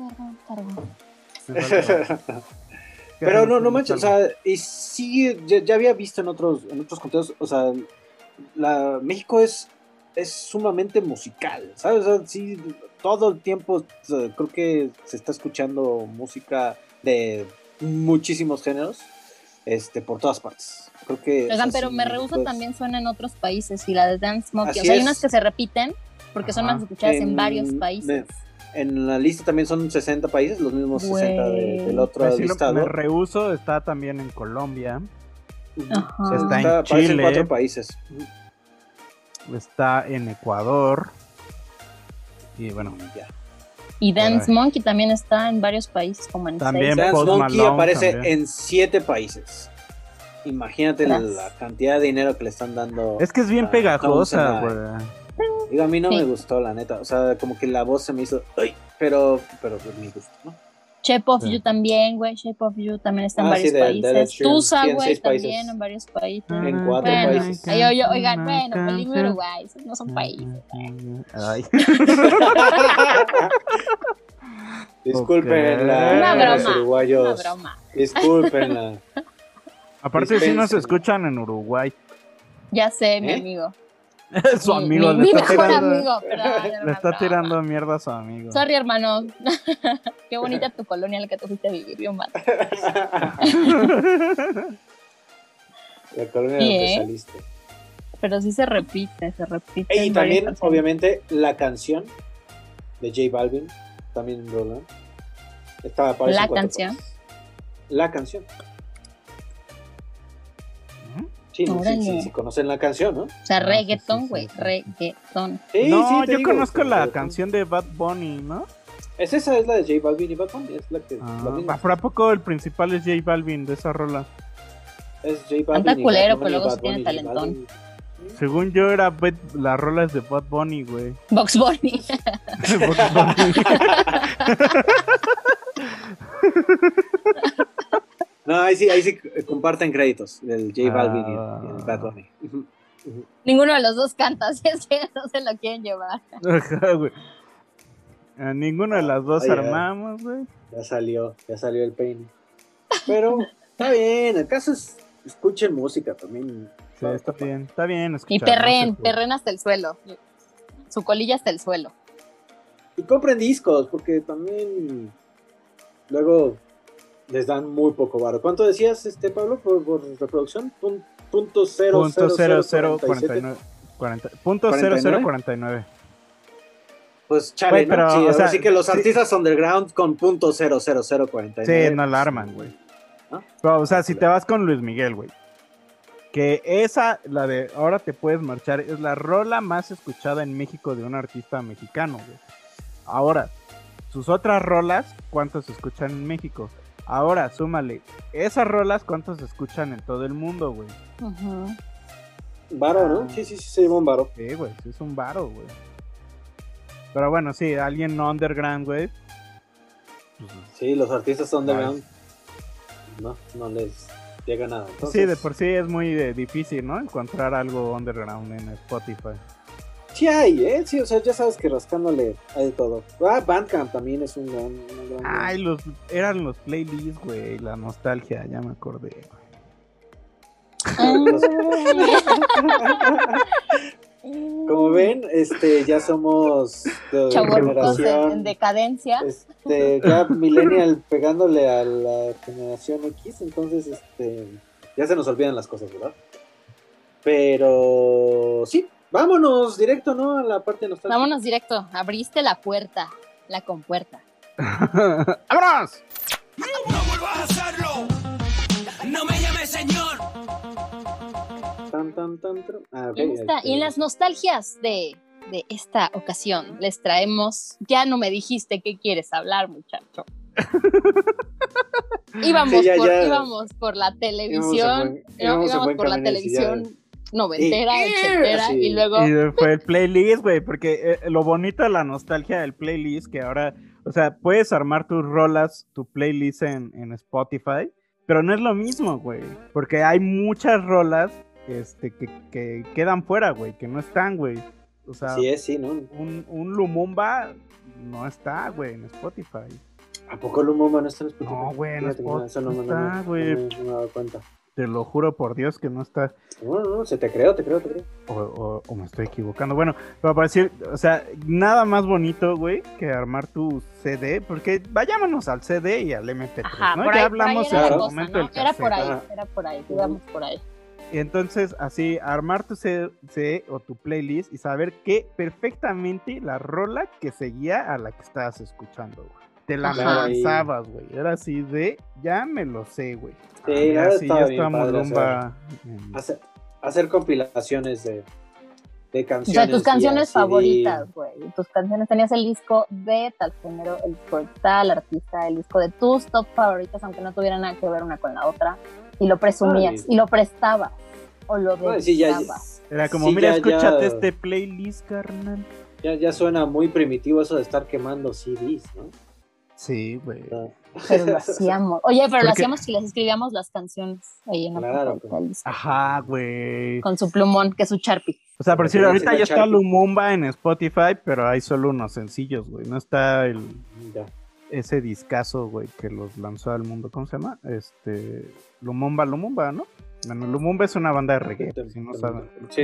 Perdón. Pero no manches, o sea, y sí, ya había visto en otros conteos, o sea, México es sumamente musical, ¿sabes? O sea, sí, todo el tiempo creo que se está escuchando música de muchísimos géneros, por todas partes. Creo que Oigan, pero Me Rehuso también suena en otros países, y la de Dance Monkey, o sea, hay unas que se repiten porque son más escuchadas en varios países. En la lista también son 60 países, los mismos 60 del otro listado. Me Rehuso está también en Colombia. Ajá. Está en Chile. En 4 países. Está en Ecuador. Y bueno, ya. Y Dance Monkey también está en varios países, como en también 6. Dance Monkey Malone aparece también. en 7 países. Imagínate la cantidad de dinero que le están dando. Es que es bien pegajosa, güey. Digo, a mí no me gustó, la neta. O sea, como que la voz se me hizo... ¡Ay! Pero pues me gustó, ¿no? Shape of You también, güey. Shape of You también está en varios países. Tusa, güey, también en varios países. En 4 países. Oigan, bueno, Bolivia y Uruguay, esos no son países. Ay. Discúlpenla. Una broma. Los uruguayos. Una broma. Discúlpenla. Aparte sí nos escuchan en Uruguay. Ya sé, mi amigo. Su amigo mi mejor amigo, perdón. Le está tirando mierda a su amigo. Sorry, hermano. Qué bonita tu colonia en la que te fuiste a vivir, bien mal. La colonia donde saliste. Pero sí se repite. Y también, obviamente, la canción de J Balvin, también en Roland. La canción. La canción. Sí, sí, conocen la canción, ¿no? O sea, reggaetón, güey, reggaetón. No, yo conozco la canción de Bad Bunny, ¿no? Esa es la de J Balvin y Bad Bunny, es la que... ¿Por a poco el principal es J Balvin de esa rola? Es J Balvin. Canta culero, pero luego sí tiene talentón. Según yo era las rolas de Bad Bunny, güey. Box Bunny. Box Bunny. No, ahí sí comparten créditos, el J Balvin y el Bad Bunny. Ninguno de los dos canta, así es que no se lo quieren llevar. Ajá, güey. A ninguno de las dos armamos, güey. Ya salió el peine. Pero está bien, el caso es escuchen música también. Sí, está bien escuchar. Y perren hasta el suelo. Su colilla hasta el suelo. Y compren discos, porque también luego les dan muy poco varo. ¿Cuánto decías, Pablo, por reproducción? Punto 0049. Pues chale, pero, ¿no? Sí, o sea, así que los artistas underground con .00049. Sí, no la arman, güey. ¿No? Pero, o sea, si te vas con Luis Miguel, güey. Que la de Ahora te puedes marchar, es la rola más escuchada en México de un artista mexicano, güey. Ahora, sus otras rolas, ¿cuántos se escuchan en México? Ahora, súmale, esas rolas, ¿cuántos se escuchan en todo el mundo, güey? Varo, ¿no? Sí, se llama un varo. Sí, güey, sí es un varo, güey. Pero bueno, sí, alguien underground, güey. Sí, los artistas underground no les llega nada. Entonces, sí, de por sí es muy difícil, ¿no? Encontrar algo underground en Spotify. Sí hay, ¿eh? Sí, o sea, ya sabes que rascándole hay de todo. Bandcamp también es un gran... Ay, eran los playlists, güey, la nostalgia, ya me acordé, güey. Como ven, ya somos de generación en decadencia. Ya millennial pegándole a la generación X, entonces ya se nos olvidan las cosas, ¿verdad? Pero sí, vámonos directo, ¿no? A la parte nostálgica. Vámonos directo, abriste la puerta, la compuerta. ¡Vámonos! ¡No vuelvas a hacerlo! ¡No me llames señor! Okay, y en las nostalgias de esta ocasión les traemos, ya no me dijiste qué quieres hablar, muchacho. Íbamos por la televisión, íbamos por la televisión noventera, etcétera, sí. y luego... Y fue el playlist, güey, porque lo bonito de la nostalgia del playlist, que ahora, o sea, puedes armar tus rolas, tu playlist en Spotify, pero no es lo mismo, güey, porque hay muchas rolas que quedan fuera, güey, que no están, güey. O sea, sí, ¿no? Un Lumumba no está, güey, en Spotify. ¿A poco Lumumba no está en Spotify? No, güey, en Spotify no está, güey. No me he dado cuenta. Te lo juro por Dios que no está. No, te creo. O me estoy equivocando. Bueno, pero para decir, o sea, nada más bonito, güey, que armar tu CD, porque vayámonos al CD y al MP3, ajá, ¿no? Ya ahí, hablamos en el momento del cassette. Era por ahí, íbamos por ahí. Y entonces, así, armar tu CD o tu playlist y saber que perfectamente la rola que seguía a la que estabas escuchando, güey. Te la lanzabas, güey. Era así de, ya me lo sé, güey. Sí, ya estaba está Mulumba. Hacer compilaciones de canciones. O sea, tus canciones favoritas, güey. Tus canciones, tenías el disco de tal género, el disco de tal artista, el disco de tus top favoritas, aunque no tuvieran nada que ver una con la otra. Y lo presumías, y lo prestabas, o lo dedicabas. Era como, mira, escúchate este playlist, carnal. Ya suena muy primitivo eso de estar quemando CDs, ¿no? Sí, güey. Pero lo hacíamos. Oye, pero lo hacíamos y les escribíamos las canciones ahí en la Ajá, güey. Con su plumón, que es su Sharpie. O sea, por decir, ahorita ya está Lumumba en Spotify, pero hay solo unos sencillos, güey. No está ese discazo, güey, que los lanzó al mundo. ¿Cómo se llama? Lumumba, ¿no? Bueno, Lumumba es una banda de reggae, si no saben. Sí.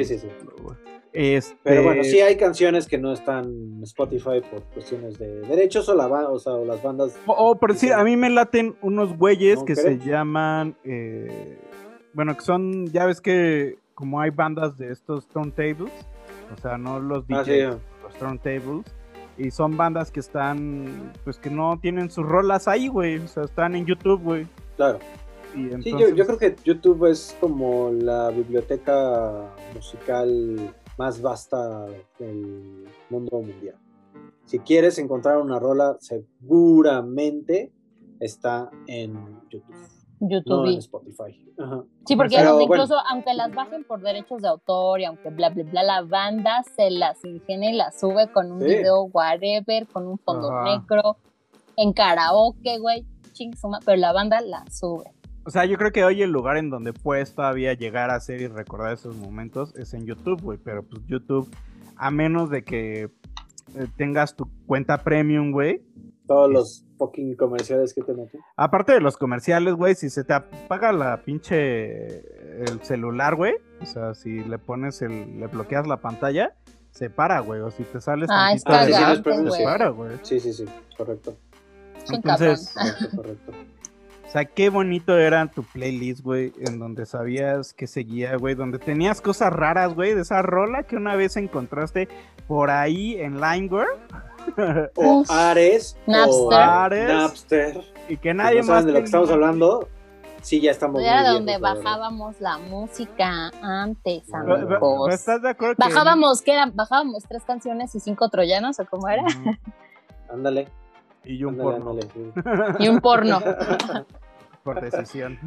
Pero bueno, sí hay canciones que no están en Spotify por cuestiones de derechos o las bandas. Por decir, a mí me laten unos güeyes que se llaman, bueno, que son, ya ves que como hay bandas de estos turntables, o sea, no los DJs, los turntables, y son bandas que están, pues que no tienen sus rolas ahí, güey, o sea, están en YouTube, güey. Claro. Y entonces... Sí, yo creo que YouTube es como la biblioteca musical más vasta del mundo mundial. Si quieres encontrar una rola, seguramente está en YouTube. YouTube. No en Spotify. Ajá. Sí, porque Pero, incluso bueno. aunque las bajen por derechos de autor y aunque bla, bla, bla, la banda se las ingenia y las sube con un Sí. video whatever, con un fondo Ajá. negro, en karaoke, güey, suma, pero la banda la sube. O sea, yo creo que hoy el lugar en donde puedes todavía llegar a hacer y recordar esos momentos es en YouTube, güey. Pero pues YouTube, a menos de que tengas tu cuenta premium, güey. Todos los fucking comerciales que te meten. Aparte de los comerciales, güey, si se te apaga la pinche el celular, güey. O sea, si le pones le bloqueas la pantalla, se para, güey. O si te sales Es tantito de cagante, gas, se güey. para, güey. Sí, correcto. Entonces, Correcto. o sea, qué bonito era tu playlist, güey, en donde sabías que seguía, güey, donde tenías cosas raras, güey, de esa rola que una vez encontraste por ahí en LimeWare. O Ares, o Ares, Napster. y que nadie no saben más de lo que estamos hablando. Sí, ya estamos Era muy donde viejos, la verdad. bajábamos la música antes, Pero amigos. ¿estás de acuerdo que Bajábamos, ¿qué era? Bajábamos 3 canciones y 5 troyanos, ¿o cómo era? Ándale. Y un ándale, porno. ándale, sí. Y un porno. Por decisión.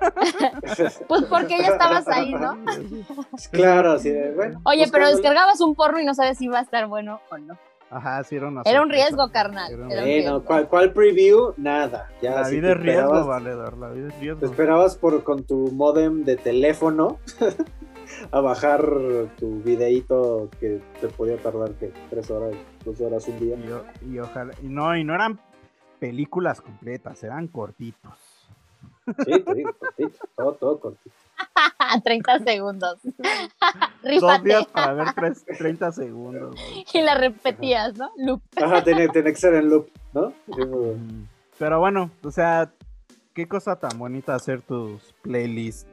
Pues porque ya estabas ahí, ¿no? Claro, sí. Bueno, Oye, pero buscándole. descargabas un porno y no sabes si iba a estar bueno o no. Ajá, sí, era una Era un sorpresa. riesgo, carnal. Era un Era un riesgo. riesgo. ¿Cuál preview? Nada. Ya, La si vida te es riesgo, esperabas- valedor, la vida es riesgo. Te esperabas con tu modem de teléfono a bajar tu videíto que te podía tardar que 3 horas, 2 horas, un día. Y ojalá, y no eran películas completas, eran cortitos. Sí, te digo, cortito, todo cortito. 30 segundos. 2 Rífate. días para ver 30 segundos. güey. Y la repetías, ¿no? Loop. Ajá, tenía que ser en loop, ¿no? Sí, Pero bueno, o sea, qué cosa tan bonita hacer tus playlists.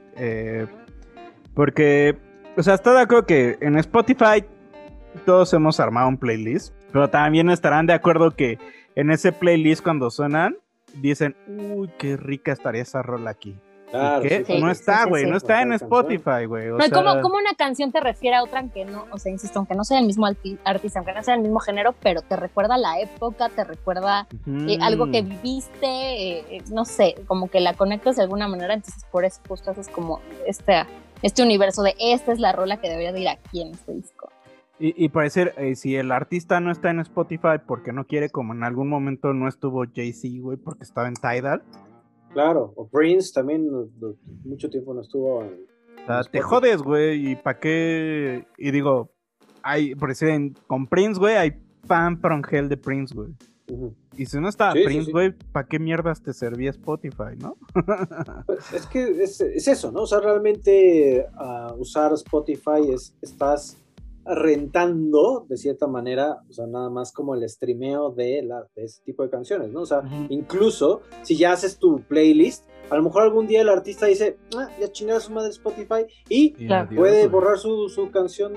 Porque, o sea, estoy de acuerdo que en Spotify todos hemos armado un playlist, pero también estarán de acuerdo que en ese playlist cuando suenan, dicen, uy, qué rica estaría esa rola aquí. Claro, ¿Y qué? sí, No sí, está, sí, güey, sí, no está en canción. Spotify, güey. No, ¿cómo una canción te refiere a otra aunque no, o sea, insisto, aunque no sea el mismo artista, aunque no sea el mismo género, pero te recuerda la época, te recuerda algo que viviste, no sé, como que la conectas de alguna manera, entonces por eso justo haces como este universo de esta es la rola que debería de ir aquí en este disco. Y por decir, si el artista no está en Spotify porque no quiere, como en algún momento no estuvo Jay-Z, güey, porque estaba en Tidal. Claro, o Prince también mucho tiempo no estuvo en O sea, te jodes, güey, y para qué. Y digo, por decir, con Prince, güey, hay Pan from Hell de Prince, güey. Ujú. Y si no estaba Sí, sí, Prince, sí. güey, ¿para qué mierdas te servía Spotify, no? Pues es que es eso, ¿no? O sea, realmente usar Spotify estás rentando de cierta manera, o sea, nada más como el streameo de ese tipo de canciones, ¿no? O sea, incluso si ya haces tu playlist, a lo mejor algún día el artista dice, ya chingada su madre Spotify y Claro. puede Adiós, güey. borrar su canción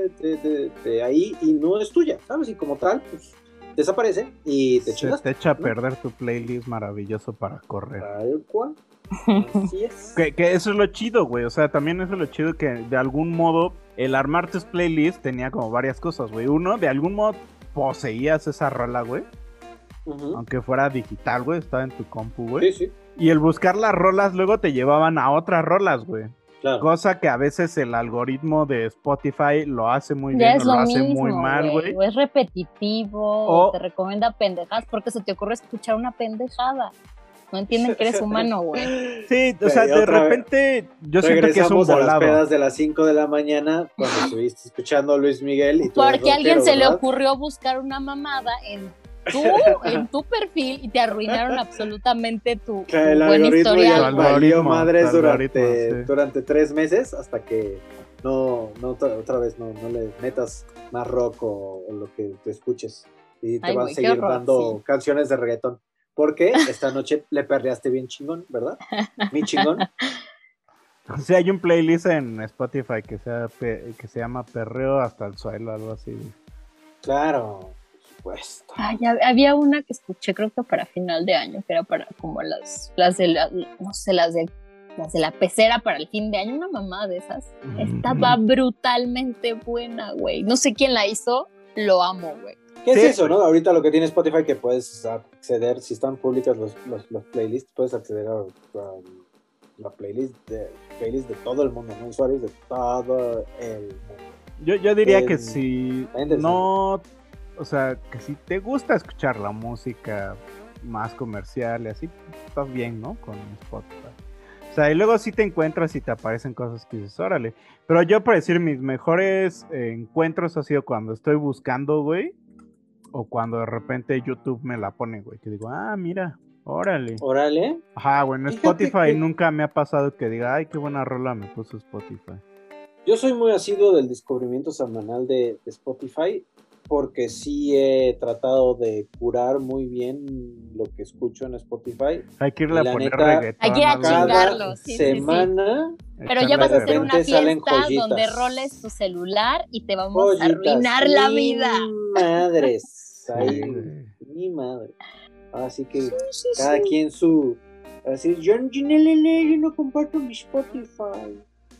de ahí y no es tuya, ¿sabes? Y como tal, pues desaparece y te Se chingas. te echa a perder tu playlist maravilloso para correr. Tal cual. Así es. Que eso es lo chido, güey. O sea, también eso es lo chido que de algún modo el armar tus playlists tenía como varias cosas, güey. Uno, de algún modo poseías esa rola, güey. Ujú. Aunque fuera digital, güey. Estaba en tu compu, güey. Sí, sí. Y el buscar las rolas luego te llevaban a otras rolas, güey. Claro. Cosa que a veces el algoritmo de Spotify lo hace muy Ya bien es o lo lo hace mismo, muy mal, güey. O es repetitivo, O- o te recomienda pendejadas porque se te ocurre escuchar una pendejada. No entienden que eres humano, güey. Sí, o sea, Y de otra vez, repente yo siento que es un regresamos a las volado. pedas de las 5 de la mañana cuando estuviste escuchando a Luis Miguel y tú eres Porque a alguien rockero, se le ¿verdad? ocurrió buscar una mamada en tu perfil y te arruinaron absolutamente tu Que el buen algoritmo ya historial. valió Algoritmo, madres algoritmo, durante 3 meses hasta que otra vez no le metas más rock o lo que te escuches y te Ay, van a güey, qué seguir horror, dando canciones de reggaetón. Porque esta noche le perreaste bien chingón, ¿verdad? Mi chingón. Sí, hay un playlist en Spotify que se llama Perreo hasta el suelo, algo así. güey. Claro, por supuesto. Ay, había una que escuché, creo que para final de año, que era para como las de la, no sé, las de la pecera para el fin de año, una mamada de esas. Estaba brutalmente buena, güey. No sé quién la hizo, lo amo, güey. ¿Qué Sí. es eso, no? Ahorita lo que tiene Spotify que puedes acceder, si están públicas los playlists, puedes acceder a la playlist de todo el mundo, ¿no? Usuarios de todo el mundo. Yo diría que si no, o sea, que si te gusta escuchar la música más comercial y así, estás bien, ¿no? Con Spotify. O sea, y luego sí te encuentras y te aparecen cosas que dices, órale. Pero yo, por decir, mis mejores encuentros ha sido cuando estoy buscando, güey, o cuando de repente YouTube me la pone, güey, que digo, mira, órale. ¿Órale? Ajá, güey, en Spotify nunca me ha pasado que diga, ay, qué buena rola me puso Spotify. Yo soy muy asiduo del descubrimiento semanal de Spotify, porque sí he tratado de curar muy bien lo que escucho en Spotify. Hay que irle a poner neta, reggaetón. Hay que ir a chingarlo, sí, semana. Sí. Pero ya vas a hacer una fiesta joyitas. Donde roles tu celular y te vamos a arruinar la vida. Madres. Ahí, mi madre. Así que cada quien su... Así, yo no comparto mi Spotify.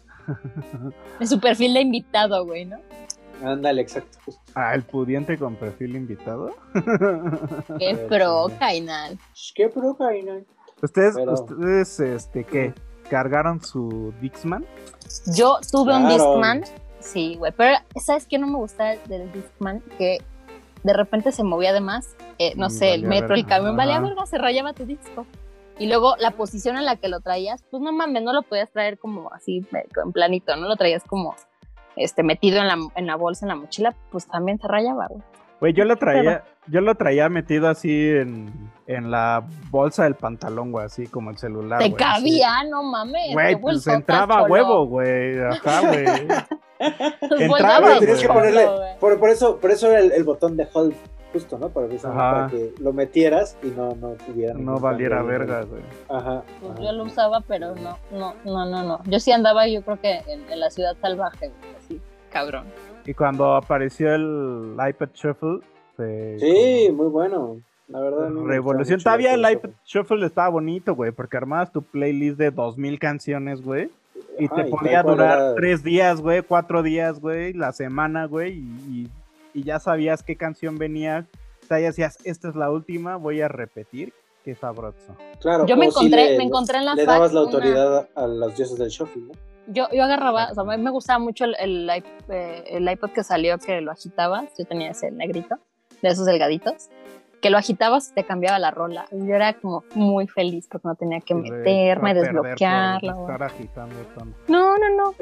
En su perfil de invitado, güey, ¿no? Ándale, exacto. Justo. El pudiente con perfil invitado. Qué pro, Kainal. Qué pro, Kainal. ¿Ustedes, qué? ¿Cargaron su Dixman? Yo tuve un Discman, sí, güey, pero ¿sabes qué no me gusta del Discman? Que de repente se movía de más, no sé, el metro, el camión, valía verga, se rayaba tu disco. Y luego la posición en la que lo traías, pues no mames, no lo podías traer como así, en planito, no lo traías como metido en la bolsa, en la mochila, pues también se rayaba, güey. Güey, yo lo traía metido así en la bolsa del pantalón, güey, así como el celular. Te güey, cabía, así. no mames. Güey, pues entraba a huevo, güey. Ajá, güey. Entraba, tenías que ponerle. Por eso era el botón de hold, justo, ¿no? Para que lo metieras y no tuviera. No valiera verga, güey. Ajá. Pues yo lo usaba, pero no. Yo sí andaba, yo creo que en la ciudad salvaje, güey, así, cabrón. Y cuando apareció el iPod Shuffle, sí, muy bueno. La verdad. Revolución. Todavía el iPod Shuffle estaba bonito, güey, porque armabas tu playlist de 2000 canciones, güey. Y te podía durar 3 días, güey, 4 días, güey, la semana, güey, y ya sabías qué canción venía. O sea, ya decías, esta es la última, voy a repetir. Qué sabroso. Claro, yo me encontré en la le dabas la autoridad a los dioses del shuffle, ¿no? Yo agarraba, o sea, a mí me gustaba mucho el iPod que salió, que lo agitabas. Yo tenía ese negrito, de esos delgaditos, que lo agitabas y te cambiaba la rola. Yo era como muy feliz porque no tenía que meterme, desbloquearla. Estar agitando todo. No.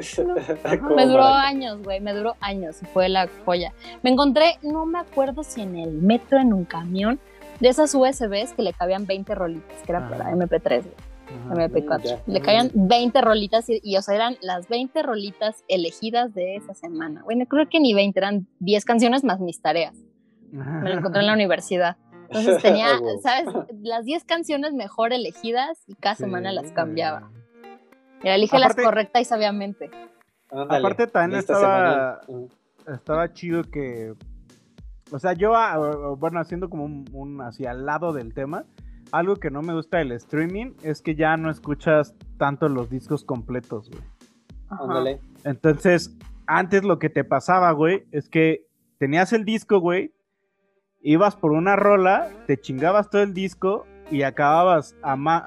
Me duró años, güey, y fue la joya. Me encontré, no me acuerdo si en el metro, en un camión, de esas USBs que le cabían 20 rolitas, que era para MP3, güey. MP4. Le caían 20 rolitas y o sea, eran las 20 rolitas elegidas de esa semana. Bueno, creo que ni 20, eran 10 canciones más mis tareas. Me lo encontré en la universidad. Entonces tenía, ¿sabes? Las 10 canciones mejor elegidas y cada semana las cambiaba. Y elige las correctas y sabiamente. Aparte también estaba chido que, o sea, yo, bueno, haciendo como un hacia al lado del tema, algo que no me gusta del streaming es que ya no escuchas tanto los discos completos, güey. Ándale. Entonces, antes lo que te pasaba, güey, es que tenías el disco, güey, ibas por una rola, te chingabas todo el disco y acababas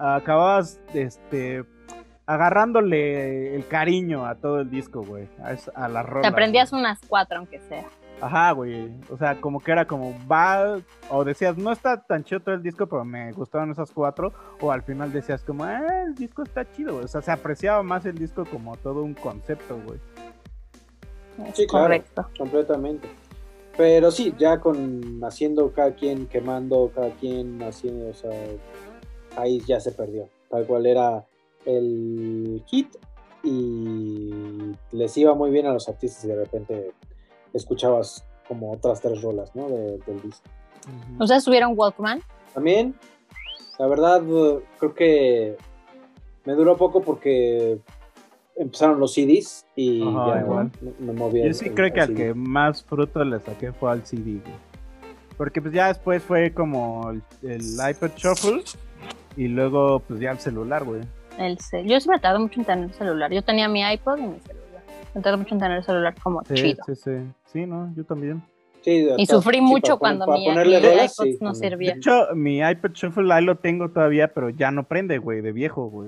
agarrándole el cariño a todo el disco, güey, a la rola. Te aprendías unas 4, aunque sea. Ajá, güey, o sea, como que era como va, o decías, no está tan chido todo el disco, pero me gustaron esas 4, o al final decías como, el disco está chido, güey. O sea, se apreciaba más el disco como todo un concepto, güey. Sí, claro, correcto. Completamente. Pero sí, ya haciendo cada quien, quemando cada quien, haciendo, o sea, ahí ya se perdió. Tal cual era el hit y les iba muy bien a los artistas y de repente escuchabas como otras 3 rolas, ¿no? Del disco. ¿Ustedes tuvieron Walkman? También, la verdad, creo que me duró poco porque empezaron los CDs y ya igual me moví. Yo sí creo que al que más fruto le saqué fue al CD, güey. Porque pues ya después fue como el iPod Shuffle y luego pues ya el celular, güey. Yo sí me tardé mucho en tener el celular. Yo tenía mi iPod y mi celular. Me tardé mucho en tener el celular como chido. Sí, no, yo también. Sí, y sufrí mucho cuando mi iPod no servía. De hecho, mi iPod Shuffle ahí lo tengo todavía, pero ya no prende, güey, de viejo, güey.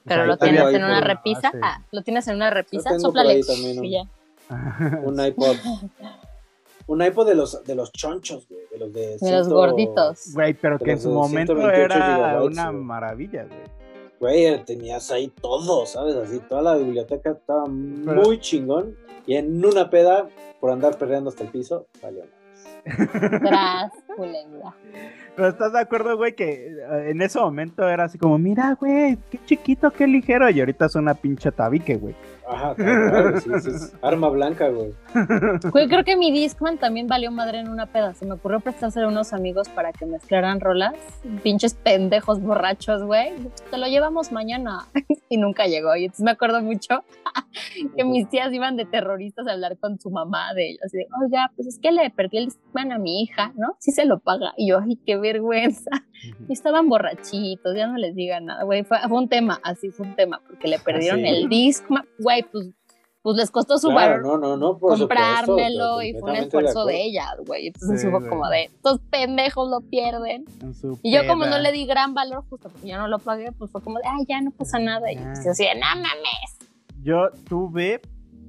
Pero ahí lo tengo tienes ahí en una por- repisa. sí. Lo tienes en una Yo repisa, tengo por sóplale. ahí también Y ya. un iPod. Un iPod de los chonchos, güey. De los de, De los gorditos. Güey, pero de que en los su de momento 128 era gigabytes, una güey. maravilla, güey. Güey, tenías ahí todo, ¿sabes? Así, toda la biblioteca estaba muy chingón. Y en una peda, por andar perreando hasta el piso, valió más. Tras, culebra. Pero ¿estás de acuerdo, güey, que en ese momento era así como, mira, güey, qué chiquito, qué ligero, y ahorita es una pinche tabique, güey. Ajá, claro, sí, es arma blanca, güey. Güey, creo que mi Discman también valió madre en una peda. Se me ocurrió prestárselo a unos amigos para que mezclaran rolas. Pinches pendejos borrachos, güey. Te lo llevamos mañana. Y nunca llegó. Y entonces me acuerdo mucho que mis tías iban de terroristas a hablar con su mamá de ella. Así de, oiga, pues es que le perdí el Discman a mi hija, ¿no? Sí se lo paga. Y yo, ay, qué vergüenza. Y estaban borrachitos, ya no les digan nada, güey. Fue un tema, así fue un tema, porque le perdieron ¿Sí? el Discman. Güey, pues les costó su Claro, valor no, por comprármelo supuesto, y fue un completamente esfuerzo de de acuerdo. ellas, güey. Entonces Sí, fue güey. como de, estos pendejos lo pierden. Y yo como no le di gran valor, justo porque yo no lo pagué, pues fue como de, ay, ya no pasa nada. Y yo así de, no mames. Yo tuve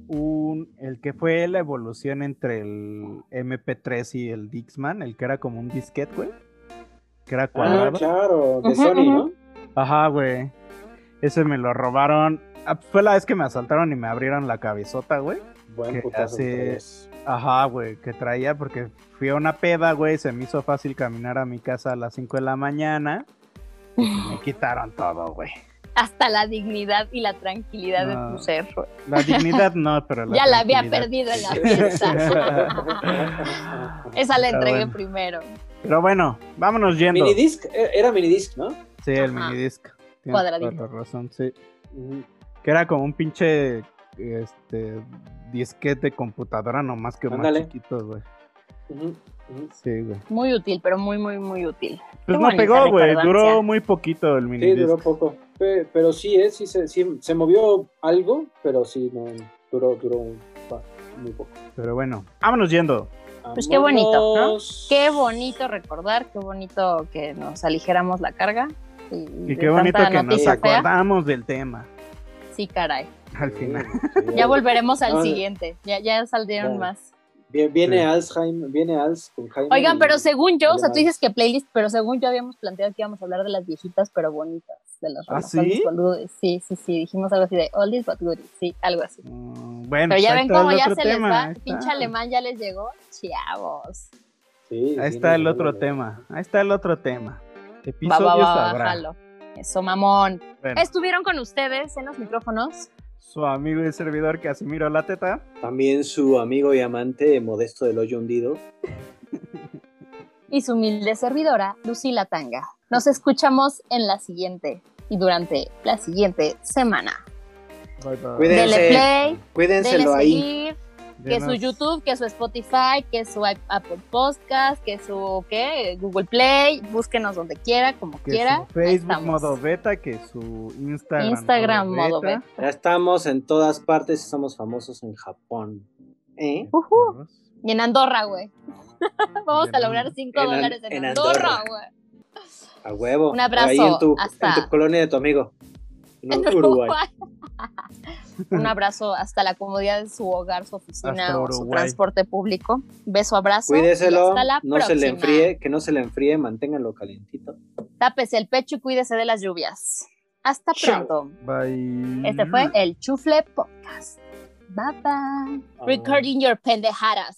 el que fue la evolución entre el MP3 y el Dixman, el que era como un disquete, güey. Que era cuadrado. Ah, claro, de Sony, ¿no? Ajá, güey. Ese me lo robaron. Fue la vez que me asaltaron y me abrieron la cabezota, güey. Buen Que putazo hace- traías. Ajá, güey, que traía porque fui a una peda, güey, se me hizo fácil caminar a mi casa a las 5 de la mañana. Y me quitaron todo, güey. Hasta la dignidad y la tranquilidad No. de tu ser, güey. La dignidad no, pero la Ya la había tranquilidad. perdido en la fiesta. Esa la Pero entregué bueno. primero. Pero bueno, vámonos yendo. Minidisc, era minidisc, ¿no? Sí, el Ajá. minidisc. Tienes Cuadradito. toda la razón, sí. Que era como un pinche disquete de computadora, nomás que Ándale. más chiquito, güey. Ujú, ujú. Sí, güey. Muy útil, pero muy, muy, muy útil. Pues Qué no bonita pegó, güey. recordancia. Duró muy poquito el Sí, minidisc. duró poco. Pero sí, sí se movió algo, pero sí, no, duró muy poco. Pero bueno, vámonos yendo. Pues qué bonito, ¿no? Vámonos. Qué bonito recordar, qué bonito que nos aligeramos la carga. Y Y de qué bonito tanta que nos noticia fea. acordamos del tema. Sí, caray. Al final. Ya volveremos al No, siguiente. Ya saldrieron ya. más. Viene Sí. Alzheimer, viene Alz con Jaime. Oigan, y- pero según yo, o sea, tú Además- dices que playlist, pero según yo habíamos planteado que íbamos a hablar de las viejitas, pero bonitas, de las ¿Ah, rolas sí? oldies but goodies. Sí, dijimos algo así de oldies but goodies, sí, algo así. Bueno, Pero ya ahí ven está cómo el ya otro se les tema, va, ahí está. pinche alemán ya les llegó, chavos. Sí, Ahí sí, está no, el no, otro no. tema. Ahí está el otro tema. Va, Episodio sabrá. bájalo. Eso, mamón. Bueno, Estuvieron con ustedes en los micrófonos. su amigo y servidor Casimiro La Teta. También su amigo y amante Modesto del Hoyo Hundido. Y su humilde servidora, Lucila Tanga. Nos escuchamos en la siguiente y durante la siguiente semana. Bye, bye. Cuídense. Dele play, Cuídenselo dele ahí. seguir, que su YouTube, que su Spotify, que su Apple Podcast, que su Google Play, búsquenos donde quiera, como Que quiera. su Ahí Facebook estamos. modo beta, que su Instagram, Instagram modo beta. Ya estamos en todas partes y somos famosos en Japón. ¿Eh? Y en Andorra, güey. Vamos a lograr $5 En en Andorra. Andorra, güey. A huevo. Un abrazo, Ahí en tu hasta- colonia de tu amigo. En En Uruguay. Un abrazo hasta la comodidad de su hogar, su oficina Hasta o su Uruguay. transporte público. Beso, abrazo. y Cuídeselo. hasta la No se le próxima. enfríe. Que no se le enfríe. Manténgalo calientito. Tápese el pecho y cuídese de las lluvias. Hasta Chao. pronto. Bye. Este fue el Chufle Podcast. Bye bye. Recording your pendejadas.